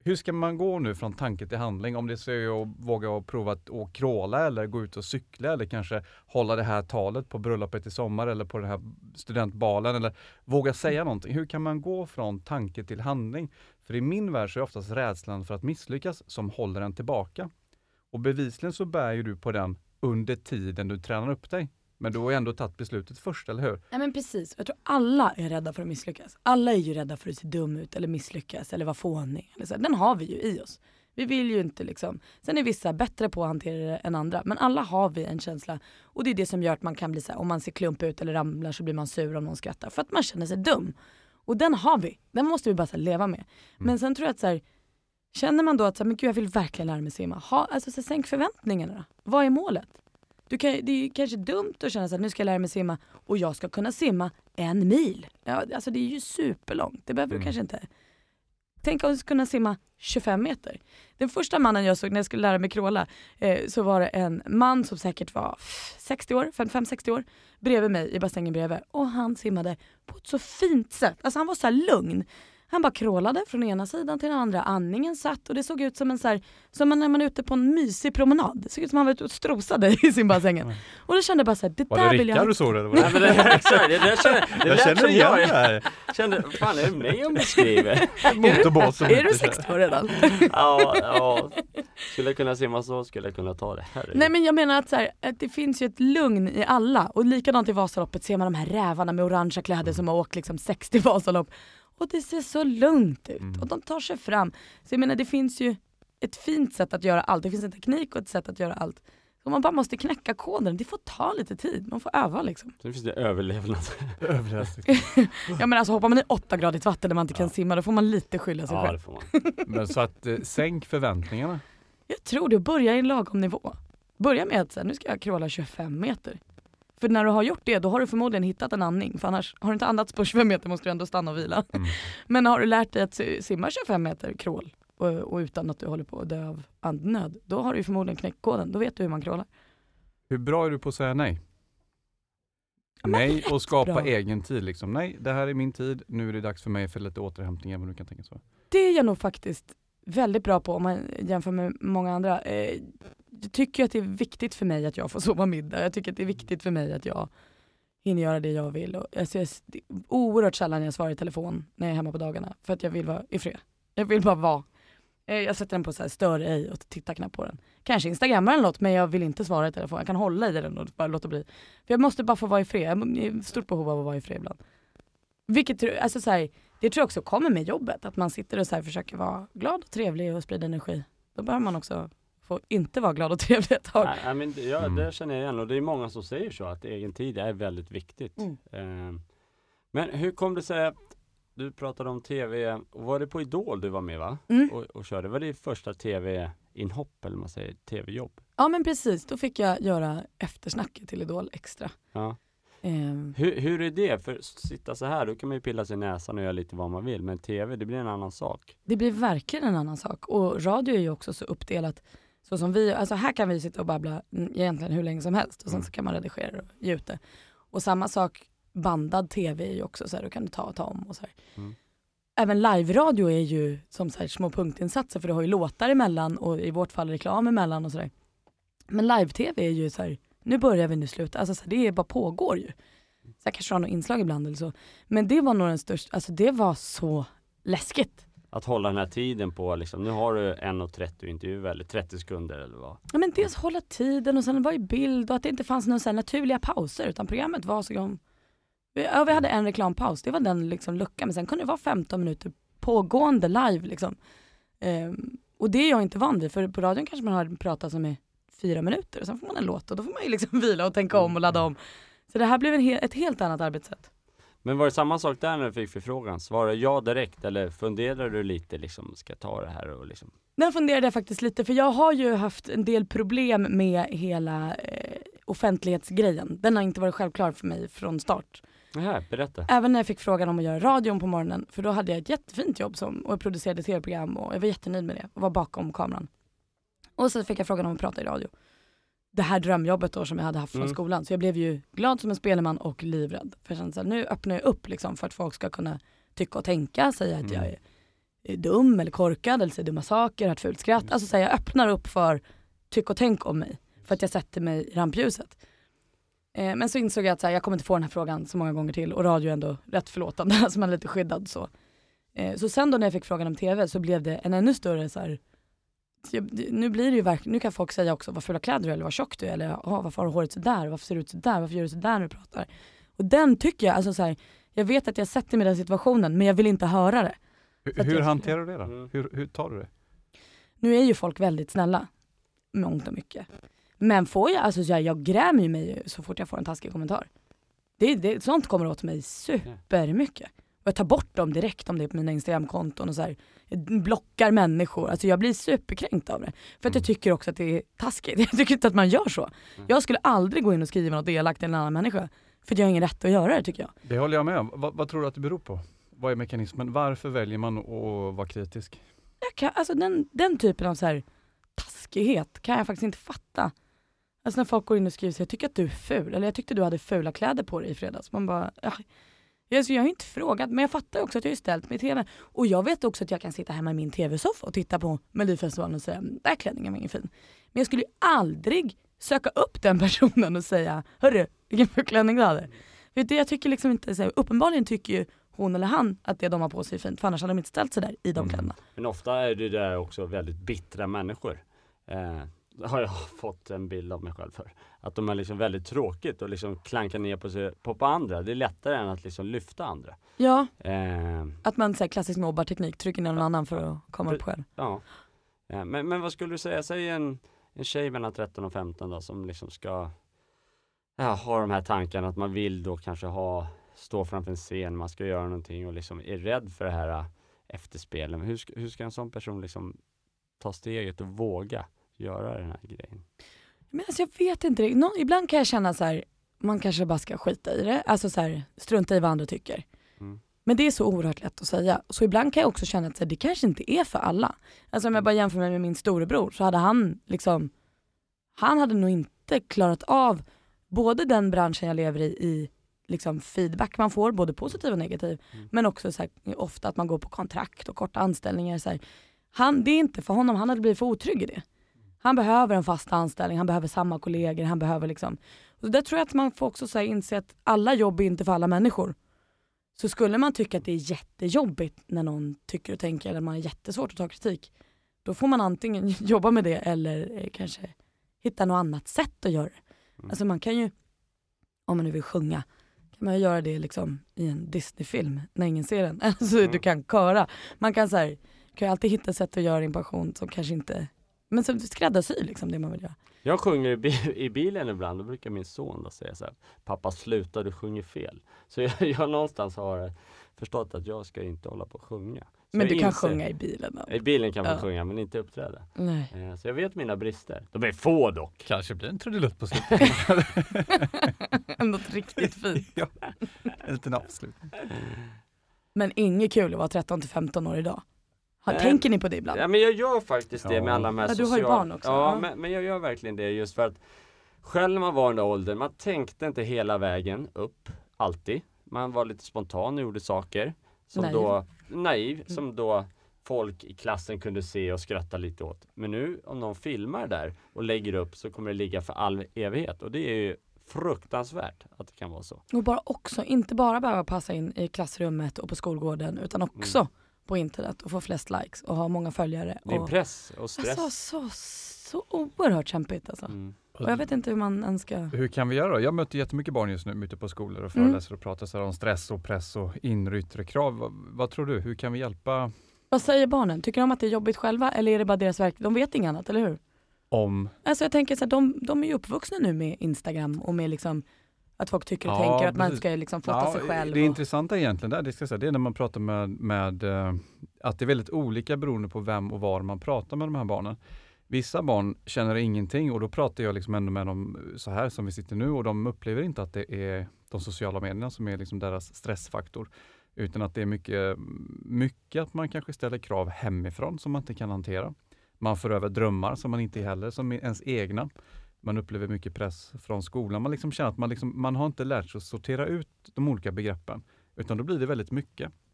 Speaker 3: Hur ska man gå nu från tanke till handling? Om det så är att våga prova att crawla eller gå ut och cykla eller kanske hålla det här talet på bröllopet i sommar eller på den här studentbalen eller våga säga någonting. Hur kan man gå från tanke till handling? För i min värld så är oftast rädslan för att misslyckas som håller en tillbaka. Och bevisligen så bär ju du på den under tiden du tränar upp dig. Men du har ändå tagit beslutet först, eller hur?
Speaker 2: Nej men precis, jag tror alla är rädda för att misslyckas. Alla är ju rädda för att se dum ut eller misslyckas eller vara fånig. Eller så. Den har vi ju i oss. Vi vill ju inte liksom, sen är vissa bättre på att hantera det än andra. Men alla har vi en känsla. Och det är det som gör att man kan bli så här, om man ser klump ut eller ramlar så blir man sur om någon skrattar. För att man känner sig dum. Och den har vi, den måste vi bara så här, leva med. Men sen tror jag att så här, känner man då att så här, men gud jag vill verkligen lära mig simma. Alltså så här, sänk förväntningarna då. Vad är målet? Det är kanske dumt att känna att nu ska jag lära mig simma och jag ska kunna simma 1 mil. Ja, alltså det är ju superlångt. Det behöver du kanske inte. Tänk om du ska kunna simma 25 meter. Den första mannen jag såg när jag skulle lära mig kråla så var det en man som säkert var 60 år, 55-60 år bredvid mig i bassängen bredvid. Och han simmade på ett så fint sätt. Alltså han var så här lugn. Han bara krålade från ena sidan till den andra. Andningen satt och det såg ut som en så här, som när man är ute på en mysig promenad. Det såg ut som han var ute och strosade i sin bassängen. Och då kände jag bara så här, det där vill jag...
Speaker 3: Var det Rickard du såg det?
Speaker 4: Nej, men jag känner igen det här. Kände, fan är det mig om beskriver?
Speaker 2: Är du 60 år redan?
Speaker 4: Ja. Skulle jag kunna simma så skulle jag kunna ta det här.
Speaker 2: Nej men jag menar att, så här, att det finns ju ett lugn i alla. Och likadant i Vasaloppet ser man de här rävarna med orangea kläder som har åkt liksom 60 Vasalopp. Och det ser så lugnt ut. Och de tar sig fram. Så jag menar, det finns ju ett fint sätt att göra allt. Det finns en teknik och ett sätt att göra allt. Så man bara måste knäcka koden. Det får ta lite tid. Man får öva liksom.
Speaker 4: Så det finns det överlevnad.
Speaker 2: Ja men alltså hoppar man i 8-gradigt vatten där man inte kan simma, då får man lite skylla sig själv.
Speaker 4: Det får man.
Speaker 3: Men så att sänk förväntningarna.
Speaker 2: Jag tror det, börja i en lagom nivå. Börja med att så här, nu ska jag kråla 25 meter. För när du har gjort det, då har du förmodligen hittat en andning. För annars har du inte andats på 25 meter måste du ändå stanna och vila. Men har du lärt dig att simma 25 meter krål och utan att du håller på att dö av andnöd, då har du förmodligen knäckt koden. Då vet du hur man krålar.
Speaker 3: Hur bra är du på att säga nej? Nej och skapa egen tid liksom. Nej, det här är min tid. Nu är det dags för mig för lite återhämtning, även om du kan tänka så.
Speaker 2: Det är jag nog faktiskt väldigt bra på om man jämför med många andra. Jag tycker att det är viktigt för mig att jag får sova middag. Jag tycker att det är viktigt för mig att jag hinner göra det jag vill. Och det är oerhört sällan när jag svarar i telefon när jag är hemma på dagarna. För att jag vill vara i fred. Jag vill bara vara. Jag sätter den på så här stör ej och tittar knappt på den. Kanske instagrammar den något, men jag vill inte svara i telefon. Jag kan hålla i den och bara låta bli. För jag måste bara få vara i fred. Jag är stort behov av att vara i fred ibland. Vilket, alltså så här, det tror jag också kommer med jobbet. Att man sitter och så här försöker vara glad och trevlig och sprida energi. Då behöver man också få inte vara glad och trevlig ett tag.
Speaker 4: Nej, men det känner jag igen. Och det är många som säger så, att egen tid är väldigt viktigt. Men hur kom det sig att du pratade om tv, och var det på Idol du var med va? Och körde, var det första tv-inhopp eller man säger tv-jobb?
Speaker 2: Ja men precis, då fick jag göra eftersnacket till Idol extra.
Speaker 4: Ja. Hur är det? För att sitta så här, då kan man ju pilla sig i näsan och göra lite vad man vill. Men tv, det blir en annan sak.
Speaker 2: Det blir verkligen en annan sak. Och radio är ju också så uppdelat. Så som vi, alltså här kan vi sitta och babbla egentligen hur länge som helst. Och sen så kan man redigera och ge ut det. Och samma sak, bandad tv är ju också så här, då kan du ta om och så här. Även live-radio är ju som så här små punktinsatser, för du har ju låtar emellan och i vårt fall reklam emellan och sådär. Men live-tv är ju så här, nu börjar vi, nu slutar. Alltså så här, det bara pågår ju. Så jag kanske har något inslag ibland eller så. Men det var nog den största, alltså det var så läskigt.
Speaker 4: Att hålla den här tiden på, liksom, nu har du 1:30 intervju eller 30 sekunder eller vad?
Speaker 2: Ja men dels hålla tiden och sen var ju bild och att det inte fanns några så här naturliga pauser, utan programmet var så gång. Ja, vi hade en reklampaus, det var den liksom luckan, men sen kunde det vara 15 minuter pågående live liksom. Och det är jag inte van vid, för på radion kanske man har pratat som är 4 minuter och sen får man en låt och då får man ju liksom vila och tänka om och ladda om. Så det här blev ett helt annat arbetssätt.
Speaker 4: Men var det samma sak där när du fick förfrågan? Svarade jag direkt eller funderade du lite liksom, ska jag ta det här och liksom?
Speaker 2: Där funderade jag faktiskt lite, för jag har ju haft en del problem med hela offentlighetsgrejen. Den har inte varit självklar för mig från start.
Speaker 4: Nähä, berätta.
Speaker 2: Även när jag fick frågan om att göra radion på morgonen, för då hade jag ett jättefint jobb och jag producerade tv-program och jag var jättenöjd med det och var bakom kameran. Och så fick jag frågan om att prata i radio. Det här drömjobbet då som jag hade haft från skolan. Så jag blev ju glad som en spelman och livrädd. För jag kände så här, nu öppnar jag upp liksom för att folk ska kunna tycka och tänka, säga att jag är dum eller korkad eller säger dumma saker, har ett fult skratt. Alltså så här, jag öppnar upp för tyck och tänk om mig. För att jag sätter mig i rampljuset. Men så insåg jag att så här, jag kommer inte få den här frågan så många gånger till. Och radio är ändå rätt förlåtande, alltså man är lite skyddad så. Så sen då när jag fick frågan om tv så blev det en ännu större så här, nu blir det ju verkligen, nu kan folk säga också vad fula kläder du är, eller vad tjock du är, eller varför har du håret så där, varför ser du ut så där, varför gör du så där när du pratar. Och den tycker jag, alltså så här, jag vet att jag sätter mig i den situationen men jag vill inte höra det.
Speaker 3: Hur hanterar du det då? Hur tar du det?
Speaker 2: Nu är ju folk väldigt snälla, mångt och mycket. Men får jag, alltså jag grämer ju mig så fort jag får en taskig kommentar. Sånt kommer åt mig supermycket. Och jag tar bort dem direkt om det är på mina Instagram-konton och så här. Jag blockar människor. Alltså jag blir superkränkt av det. För att jag tycker också att det är taskigt. Jag tycker inte att man gör så. Jag skulle aldrig gå in och skriva något elakt till en annan människa. För jag har ingen rätt att göra det, tycker jag.
Speaker 3: Det håller jag med om. Vad tror du att det beror på? Vad är mekanismen? Varför väljer man att vara kritisk?
Speaker 2: Alltså den typen av så här taskighet kan jag faktiskt inte fatta. Alltså när folk går in och skriver så jag tycker att du är ful. Eller jag tyckte du hade fula kläder på dig i fredags. Man bara, jag har inte frågat. Men jag fattar också att jag har ställt mig i tv. Och jag vet också att jag kan sitta hemma i min tv-soffa och titta på Melodifestivalen och säga, där klänningen var ingen fin. Men jag skulle ju aldrig söka upp den personen och säga, hörru, vilken ful klänning du hade. För det jag tycker liksom inte, så här, uppenbarligen tycker ju hon eller han att det de har på sig är fint. För annars hade de inte ställt sig där i de kläderna.
Speaker 4: Men ofta är det där också väldigt bittra människor. Har jag fått en bild av mig själv för. Att de är liksom väldigt tråkigt och liksom klankar ner på sig på andra. Det är lättare än att liksom lyfta andra.
Speaker 2: Ja, att man säger klassisk nobbarteknik, trycker ner någon annan för att komma upp själv.
Speaker 4: Ja. Men vad skulle du säga? Säg en tjej mellan 13 och 15 då, som liksom ska ha de här tankarna att man vill då kanske stå framför en scen, man ska göra någonting och liksom är rädd för det här efterspelen. Men hur ska en sån person liksom ta steget och våga göra den här grejen?
Speaker 2: Men alltså jag vet inte. Ibland kan jag känna så här, man kanske bara ska skita i det. Alltså så här, strunta i vad andra tycker. Men det är så oerhört lätt att säga. Så ibland kan jag också känna att så här, det kanske inte är för alla. Alltså om jag bara jämför mig med min storebror så hade han hade nog inte klarat av både den branschen jag lever i liksom feedback man får, både positiv och negativ. Men också så här, ofta att man går på kontrakt och korta anställningar. Så här. Det är inte för honom, han hade blivit för otrygg i det. Han behöver en fast anställning, han behöver samma kollegor, han behöver liksom. Och där tror jag att man får också så här inse att alla jobb är inte för alla människor. Så skulle man tycka att det är jättejobbigt när någon tycker och tänker eller man är jättesvårt att ta kritik, då får man antingen jobba med det eller kanske hitta något annat sätt att göra det. Alltså man kan ju, om man nu vill sjunga, kan man ju göra det liksom i en Disney-film när ingen ser den. Alltså du kan köra. Man kan kan ju alltid hitta sätt att göra din passion som kanske inte, men som skräddarsy liksom det man vill göra.
Speaker 4: Jag sjunger i bilen ibland, då brukar min son då säga så här: pappa sluta, du sjunger fel. Så jag någonstans har förstått att jag ska inte hålla på att sjunga. Så
Speaker 2: men du kan sjunga i bilen då?
Speaker 4: I bilen kan man sjunga men inte uppträda.
Speaker 2: Nej.
Speaker 4: Så jag vet mina brister. De är få dock.
Speaker 3: Kanske blir en trudelutt på slutet.
Speaker 2: Något riktigt fint.
Speaker 3: Ja, en liten avslutning.
Speaker 2: Men inget kul att vara 13-15 år idag. Tänker ni på det ibland?
Speaker 4: Ja, men jag gör faktiskt det med alla de här
Speaker 2: sociala... Du har ju barn också.
Speaker 4: Ja, men jag gör verkligen det just för att själv när man var i den där åldern, man tänkte inte hela vägen upp, alltid. Man var lite spontan och gjorde saker som naiv, som då folk i klassen kunde se och skratta lite åt. Men nu, om någon filmar där och lägger upp så kommer det ligga för all evighet. Och det är ju fruktansvärt att det kan vara så.
Speaker 2: Och inte bara behöva passa in i klassrummet och på skolgården, utan också på internet och få flest likes och ha många följare.
Speaker 4: Det är press och stress.
Speaker 2: Alltså, så oerhört kämpigt alltså. Och jag vet inte hur man ens ska...
Speaker 3: Hur kan vi göra då? Jag möter jättemycket barn just nu ute på skolor och föreläser och pratar så här om stress och press och inre yttre krav. Vad tror du? Hur kan vi hjälpa?
Speaker 2: Vad säger barnen? Tycker de att det är jobbigt själva eller är det bara deras verk? De vet inget annat, eller hur? Alltså jag tänker så här, de är ju uppvuxna nu med Instagram och med liksom att folk tycker och tänker att man ska liksom fota sig själv.
Speaker 3: Det intressanta egentligen där, det är när man pratar med att det är väldigt olika beroende på vem och var man pratar med de här barnen. Vissa barn känner ingenting och då pratar jag liksom ändå med dem så här som vi sitter nu och de upplever inte att det är de sociala medierna som är liksom deras stressfaktor. Utan att det är mycket att man kanske ställer krav hemifrån som man inte kan hantera. Man får över drömmar som man inte heller som är ens egna. Man upplever mycket press från skolan. Man liksom känner att man har inte lärt sig att sortera ut de olika begreppen. Utan då blir det väldigt mycket.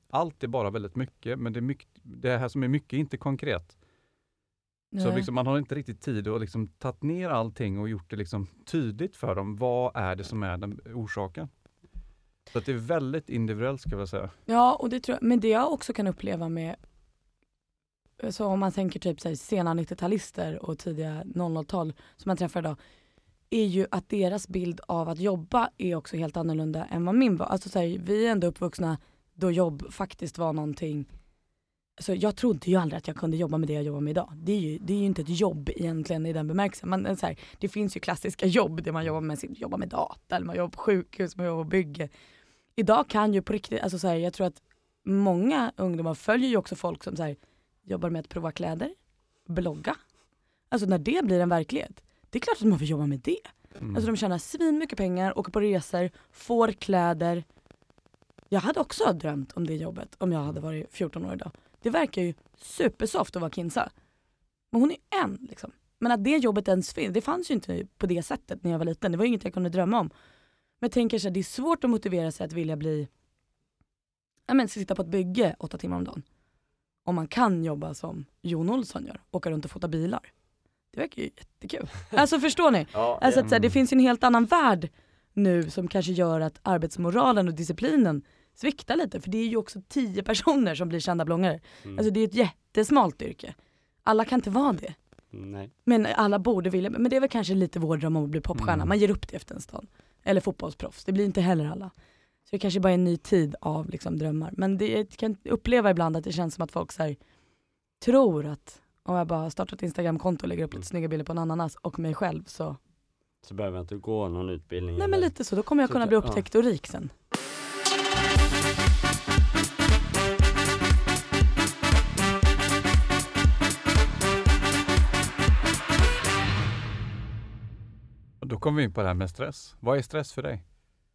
Speaker 3: allt är bara väldigt mycket, men det här som är mycket är inte konkret.
Speaker 2: Nej.
Speaker 3: Så liksom, man har inte riktigt tid att liksom tagit ner allting och gjort det liksom tydligt för dem. Vad är det som är den orsaken? Så att det är väldigt individuellt, ska jag säga.
Speaker 2: Ja, och det tror jag, men det jag också kan uppleva med, så om man tänker typ så här, sena 90-talister och tidiga 00-tal som man träffar idag, är ju att deras bild av att jobba är också helt annorlunda än vad min var. Alltså så här, vi är ändå uppvuxna då jobb faktiskt var någonting. Alltså jag trodde ju aldrig att jag kunde jobba med det jag jobbar med idag. Det är ju inte ett jobb egentligen i den bemärkelsen. Så här, det finns ju klassiska jobb där man jobbar med data, eller man jobbar på sjukhus, man jobbar på bygge. Idag kan ju på riktigt, alltså så här, jag tror att många ungdomar följer ju också folk som så här, jobbar med att prova kläder, blogga. Alltså när det blir en verklighet, det är klart att man får jobba med det. Alltså de tjänar svin mycket pengar, åker på resor, får kläder. Jag hade också drömt om det jobbet om jag hade varit 14 år idag. Det verkar ju supersoft att vara Kinsa. Men hon är en liksom. Men att det jobbet ens finns, det fanns ju inte på det sättet när jag var liten. Det var inget jag kunde drömma om. Men jag tänker så här, det är svårt att motivera sig att vilja bli, sitta på ett bygge 8 timmar om dagen. Om man kan jobba som Jon Olsson gör, åka runt och fota bilar. Det verkar ju jättekul. Alltså förstår ni?
Speaker 4: Ja,
Speaker 2: alltså att så här, det finns ju en helt annan värld nu som kanske gör att arbetsmoralen och disciplinen sviktar lite. För det är ju också 10 personer som blir kända bloggare. Alltså det är ett jättesmalt yrke. Alla kan inte vara det.
Speaker 4: Nej.
Speaker 2: Men alla borde vilja. Men det är väl kanske lite vår dröm om att bli popstjärna. Man ger upp det efter en stund. Eller fotbollsproffs. Det blir inte heller alla. Så det kanske bara är en ny tid av liksom, drömmar. Men det kan uppleva ibland att det känns som att folk så här, tror att om jag bara startar ett Instagram-konto och lägger upp lite snygga bilder på en ananas och mig själv så
Speaker 4: behöver jag inte gå någon utbildning.
Speaker 2: Nej men lite så, då kommer jag kunna bli upptäckt och rik sen.
Speaker 3: Och då kommer vi in på det här med stress. Vad är stress för dig?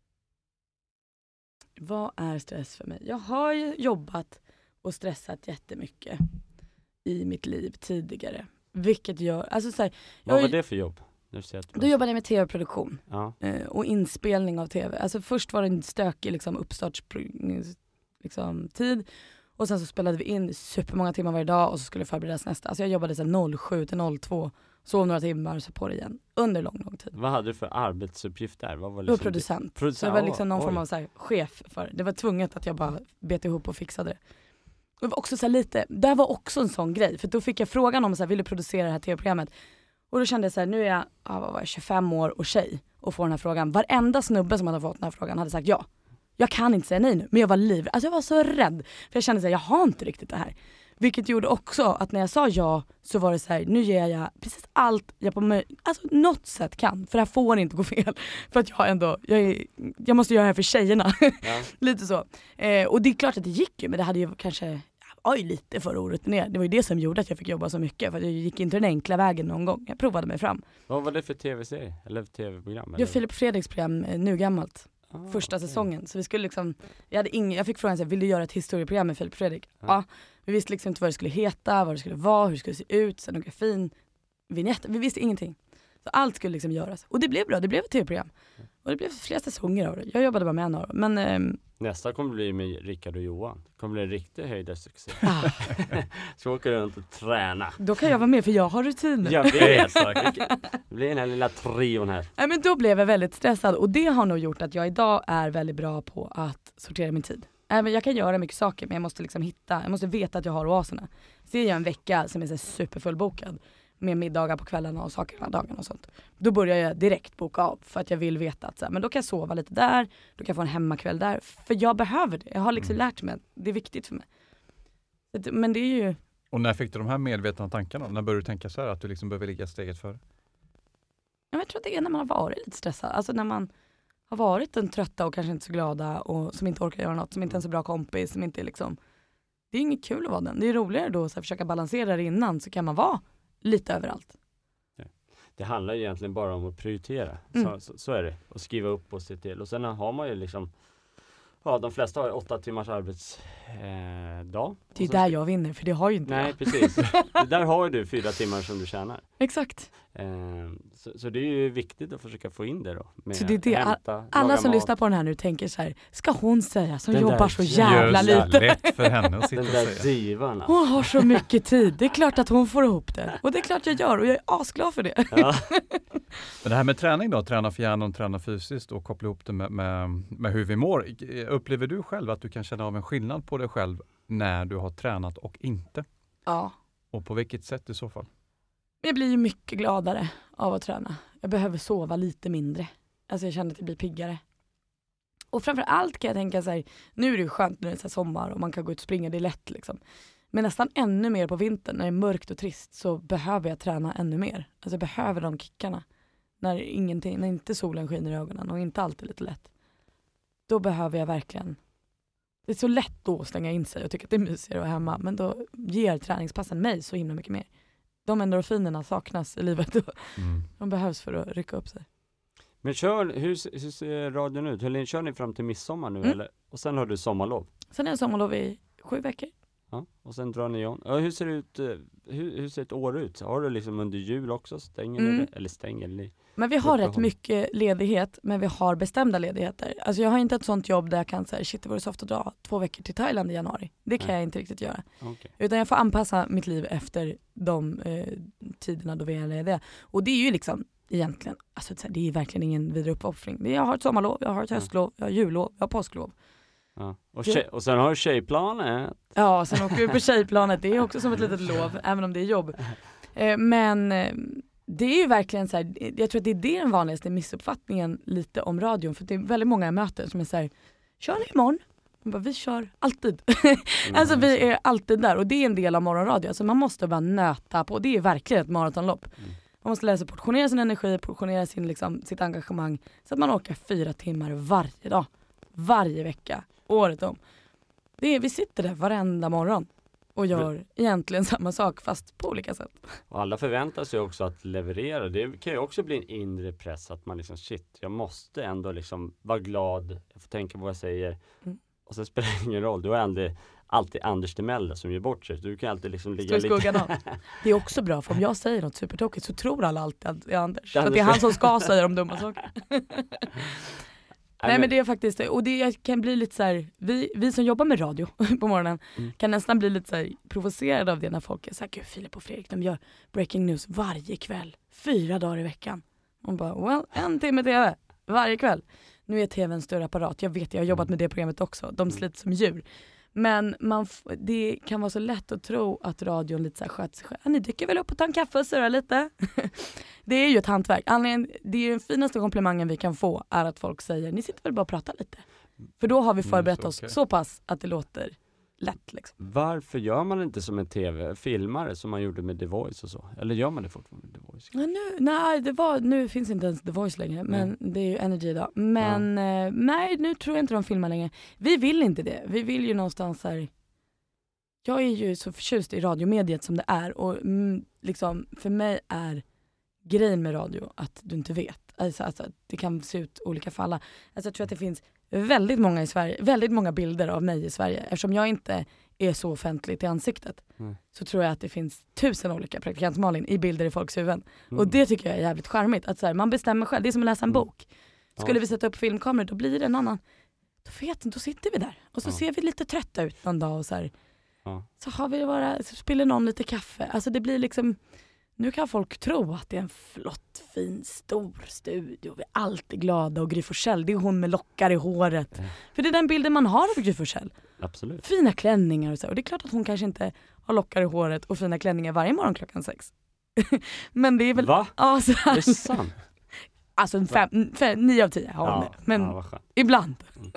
Speaker 2: Vad är stress för mig? Jag har ju jobbat och stressat jättemycket i mitt liv tidigare. Vilket gör, alltså så här,
Speaker 4: vad var det för jobb?
Speaker 2: Då jobbade jag med tv-produktion
Speaker 4: och
Speaker 2: inspelning av tv. Alltså först var det en stökig liksom, tid och sen så spelade vi in supermånga timmar varje dag och så skulle det förberedas nästa. Alltså jag jobbade så 07 till 02, sov några timmar så på det igen under lång tid.
Speaker 4: Vad hade du för arbetsuppgift där? Vad var
Speaker 2: liksom producent. Så jag var liksom någon form av så här, chef för. Det var tvunget att jag bara bet ihop och fixade det. Och det var också så här lite, det var också en sån grej. För då fick jag frågan om så här, vill du producera det här tv-programmet? Och då kände jag så här, nu är jag 25 år och tjej och får den här frågan. Varenda snubbe som hade fått den här frågan hade sagt ja. Jag kan inte säga nej nu, men jag var livrädd. Alltså jag var så rädd. För jag kände så här, jag har inte riktigt det här. Vilket gjorde också att när jag sa ja så var det så här, nu ger jag precis allt jag på något sätt kan. För det här får inte gå fel. För att jag måste göra det här för tjejerna. Ja. Lite så. Och det är klart att det gick ju, men det hade ju kanske lite för orutinerat. Det var ju det som gjorde att jag fick jobba så mycket. För att jag gick inte den enkla vägen någon gång. Jag provade mig fram.
Speaker 4: Vad var det för tv-serie? Eller tv-program?
Speaker 2: Ja, Filip Fredriks program Nu gammalt. Första säsongen. Så vi skulle liksom, jag fick frågan så här, vill du göra ett historieprogram med Filip Fredrik? Ja. Vi visste liksom inte vad det skulle heta, vad det skulle vara, hur det skulle se ut, scenografin, vignetten. Vi visste ingenting. Så allt skulle liksom göras. Och det blev bra, det blev ett tv-program. Och det blev flera säsonger av det. Jag jobbade bara med en av dem. Men,
Speaker 4: nästa kommer bli med Rickard och Johan. Det kommer bli en riktig höjdarsuccé. Så åker runt och träna.
Speaker 2: Då kan jag vara med för jag har rutiner.
Speaker 4: Jag vet. Det blir den här lilla trion här.
Speaker 2: Nej, men då blev jag väldigt stressad. Och det har nog gjort att jag idag är väldigt bra på att sortera min tid. Jag kan göra mycket saker, men jag måste liksom jag måste veta att jag har oaserna. Ser jag en vecka som är så superfullbokad med middagar på kvällarna och saker på dagarna och sånt, då börjar jag direkt boka av för att jag vill veta att men då kan jag sova lite där, då kan jag få en hemmakväll där, för jag behöver det. Jag har liksom lärt mig att det är viktigt för mig. Men det är ju...
Speaker 3: Och när fick du de här medvetna tankarna? När började du tänka så här att du liksom behöver ligga steget för?
Speaker 2: Jag tror att det är när man har varit lite stressad. Alltså när man har varit den trötta och kanske inte så glada och som inte orkar göra något, som inte är en så bra kompis, som inte liksom... Det är inget kul att vara den. Det är roligare då att försöka balansera det innan, så kan man vara lite överallt.
Speaker 4: Det handlar egentligen bara om att prioritera. Så är det. Och skriva upp och se till. Och sen har man ju liksom, de flesta har 8 timmars arbetsdag.
Speaker 2: Det är där jag vinner, för det har ju inte
Speaker 4: Nej,
Speaker 2: jag.
Speaker 4: Precis. Där har ju du 4 timmar som du tjänar.
Speaker 2: Exakt.
Speaker 4: Så det är ju viktigt att försöka få in det då. Med
Speaker 2: Så det är det.
Speaker 4: hämta,
Speaker 2: Alla
Speaker 4: laga
Speaker 2: som
Speaker 4: mat.
Speaker 2: lyssnar på den här nu tänker så här, ska hon säga som
Speaker 4: Den
Speaker 2: jobbar
Speaker 4: där
Speaker 2: så jävla
Speaker 3: Gör
Speaker 2: lite?
Speaker 3: lätt för henne att sitta
Speaker 4: Den
Speaker 3: och
Speaker 4: där
Speaker 3: säga.
Speaker 4: divan.
Speaker 2: Hon har så mycket tid, det är klart att hon får ihop det. Och det är klart jag gör och jag är asglad för det.
Speaker 4: Ja.
Speaker 3: Men det här med träning då, träna för hjärnan, träna fysiskt och koppla ihop det med hur vi mår. Upplever du själv att du kan känna av en skillnad på dig själv när du har tränat och inte?
Speaker 2: Ja.
Speaker 3: Och på vilket sätt i så fall?
Speaker 2: Jag blir ju mycket gladare av att träna. Jag behöver sova lite mindre. Alltså jag känner att jag blir piggare. Och framför allt kan jag tänka så här, nu är det ju skönt när det är så här sommar och man kan gå ut och springa, det är lätt liksom. Men nästan ännu mer på vintern när det är mörkt och trist så behöver jag träna ännu mer. Alltså jag behöver de kickarna. När inte solen skiner i ögonen och inte alltid lite lätt. Då behöver jag verkligen. Det är så lätt då att slänga in sig och tycka att det är mysigare att vara hemma. Men då ger träningspassen mig så himla mycket mer. De endorfinerna saknas i livet och de behövs för att rycka upp sig.
Speaker 4: Men hur ser radion ut? Hur länge kör ni fram till midsommar nu? Eller? Och sen har du sommarlov?
Speaker 2: Sen är det sommarlov i 7 veckor.
Speaker 4: Ja, och sen drar ni igång. Ja, hur ser det ut? Hur ser ett år ut? Har du liksom under jul också? Stänger ni det? Eller stänger ni?
Speaker 2: Men vi har rätt
Speaker 4: Uppehåll.
Speaker 2: mycket ledighet, men vi har bestämda ledigheter. Alltså jag har inte ett sånt jobb där jag kan säga shit det vore så ofta att dra 2 veckor till Thailand i januari. Det kan jag inte riktigt göra.
Speaker 4: Okay.
Speaker 2: Utan jag får anpassa mitt liv efter de tiderna då vi är lediga. Och det är ju liksom egentligen, alltså det är verkligen ingen vidare uppoffring. Jag har ett sommarlov, jag har ett höstlov, jag har jullov, jag har påsklov.
Speaker 4: Ja. Och sen har du tjejplanet.
Speaker 2: Ja, sen åker vi på tjejplanet. Det är också som ett litet lov, även om det är jobb. Men det är ju verkligen så här, jag tror att det är den vanligaste missuppfattningen lite om radion. För det är väldigt många jag möter som är så här, kör ni imorgon? Man bara, vi kör alltid. Alltså vi är alltid där och det är en del av morgonradio. Alltså man måste bara nöta på, det är verkligen ett maratonlopp. Man måste lära sig portionera sin energi, portionera sitt engagemang så att man orkar 4 timmar varje dag. Varje vecka, året om. Vi sitter där varenda morgon och gör egentligen samma sak fast på olika sätt.
Speaker 4: Och alla förväntar sig också att leverera. Det kan ju också bli en inre press att man liksom shit, jag måste ändå liksom vara glad. Jag får tänka på vad jag säger. Och sen spelar det ingen roll. Du har alltid Anders Timell som gör bort sig. Du kan alltid liksom ligga lite.
Speaker 2: Det är också bra för om jag säger något supertokigt så tror alla alltid att det är Anders. För att det är han som ska säga de dumma saker. Nej men det är faktiskt, och det kan bli lite så här, vi som jobbar med radio på morgonen kan nästan bli lite så här provocerade av det när folk är så här, gud Filip och Fredrik, de gör breaking news varje kväll, 4 dagar i veckan. Och bara, 1 timme tv varje kväll. Nu är tv en större apparat, jag vet, jag har jobbat med det programmet också, de slits som djur. Men det kan vara så lätt att tro att radion lite så här sköter sig själv. Ni dyker väl upp och tar en kaffe och surrar lite. Det är ju ett hantverk. Det är ju den finaste komplimangen vi kan få är att folk säger, ni sitter väl bara och pratar lite. För då har vi förberett oss så pass att det låter lätt liksom.
Speaker 4: Varför gör man inte som en tv-filmare som man gjorde med The Voice och så? Eller gör man det fortfarande med The Voice?
Speaker 2: Ja, nu finns inte ens The Voice längre, men det är ju Energy idag. Men nej, nu tror jag inte de filmar längre. Vi vill inte det. Vi vill ju någonstans här. Jag är ju så förtjust i radiomediet som det är och liksom för mig är grejen med radio att du inte vet. Alltså det kan se ut olika fall. Alltså jag tror att det finns väldigt många i Sverige, väldigt många bilder av mig i Sverige. Eftersom jag inte är så offentligt i ansiktet så tror jag att det finns 1000 olika praktikant Malin i bilder i folks huvuden. Och det tycker jag är jävligt charmigt. Att så här, man bestämmer själv, det är som att läsa en bok. Skulle vi sätta upp filmkameror då blir det en annan. Då sitter vi där och så ser vi lite trötta ut någon dag och så här. Så har vi så spiller någon lite kaffe. Alltså det blir liksom. Nu kan folk tro att det är en flott, fin, stor studio. Vi är alltid glada och Gry Forssell, det är hon med lockar i håret. För det är den bilden man har av Gry Forssell.
Speaker 4: Absolut.
Speaker 2: Fina klänningar och så. Och det är klart att hon kanske inte har lockar i håret och fina klänningar varje morgon 6:00. Men det är väl.
Speaker 4: Va?
Speaker 2: Ja, så här.
Speaker 4: Det är sant.
Speaker 2: Alltså 9 av 10 har hon det. Men ibland.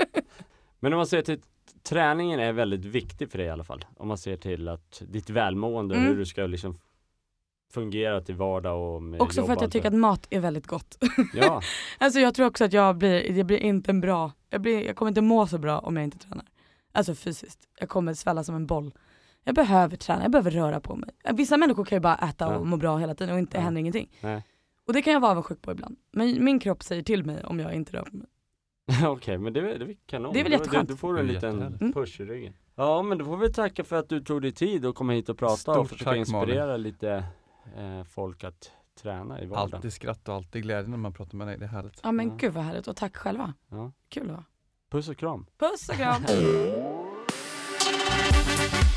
Speaker 4: Men om man ser till träningen är väldigt viktig för dig i alla fall. Om man ser till att ditt välmående, hur du ska liksom fungera till vardag och med
Speaker 2: också
Speaker 4: jobb
Speaker 2: för att jag tycker att mat är väldigt gott.
Speaker 4: Ja.
Speaker 2: Alltså jag tror också att jag blir inte en bra. Jag kommer inte må så bra om jag inte tränar. Alltså fysiskt. Jag kommer svälla som en boll. Jag behöver träna, jag behöver röra på mig. Vissa människor kan ju bara äta och må bra hela tiden och inte händer ingenting.
Speaker 4: Nej.
Speaker 2: Och det kan jag vara avundsjuk på ibland. Men min kropp säger till mig om jag inte rör på mig.
Speaker 4: Okej, men det är kanon.
Speaker 2: Det är väl jätteskönt.
Speaker 4: Du får en liten push i ryggen. Ja, men då får vi tacka för att du tog dig tid och komma hit och prata och försöka inspirera lite folk att träna i vardagen.
Speaker 3: Alltid skratt och alltid glädje när man pratar med dig, det är härligt.
Speaker 2: Ja men gud vad härligt och tack själva.
Speaker 4: Ja.
Speaker 2: Kul då.
Speaker 4: Puss och kram.
Speaker 2: Puss och kram.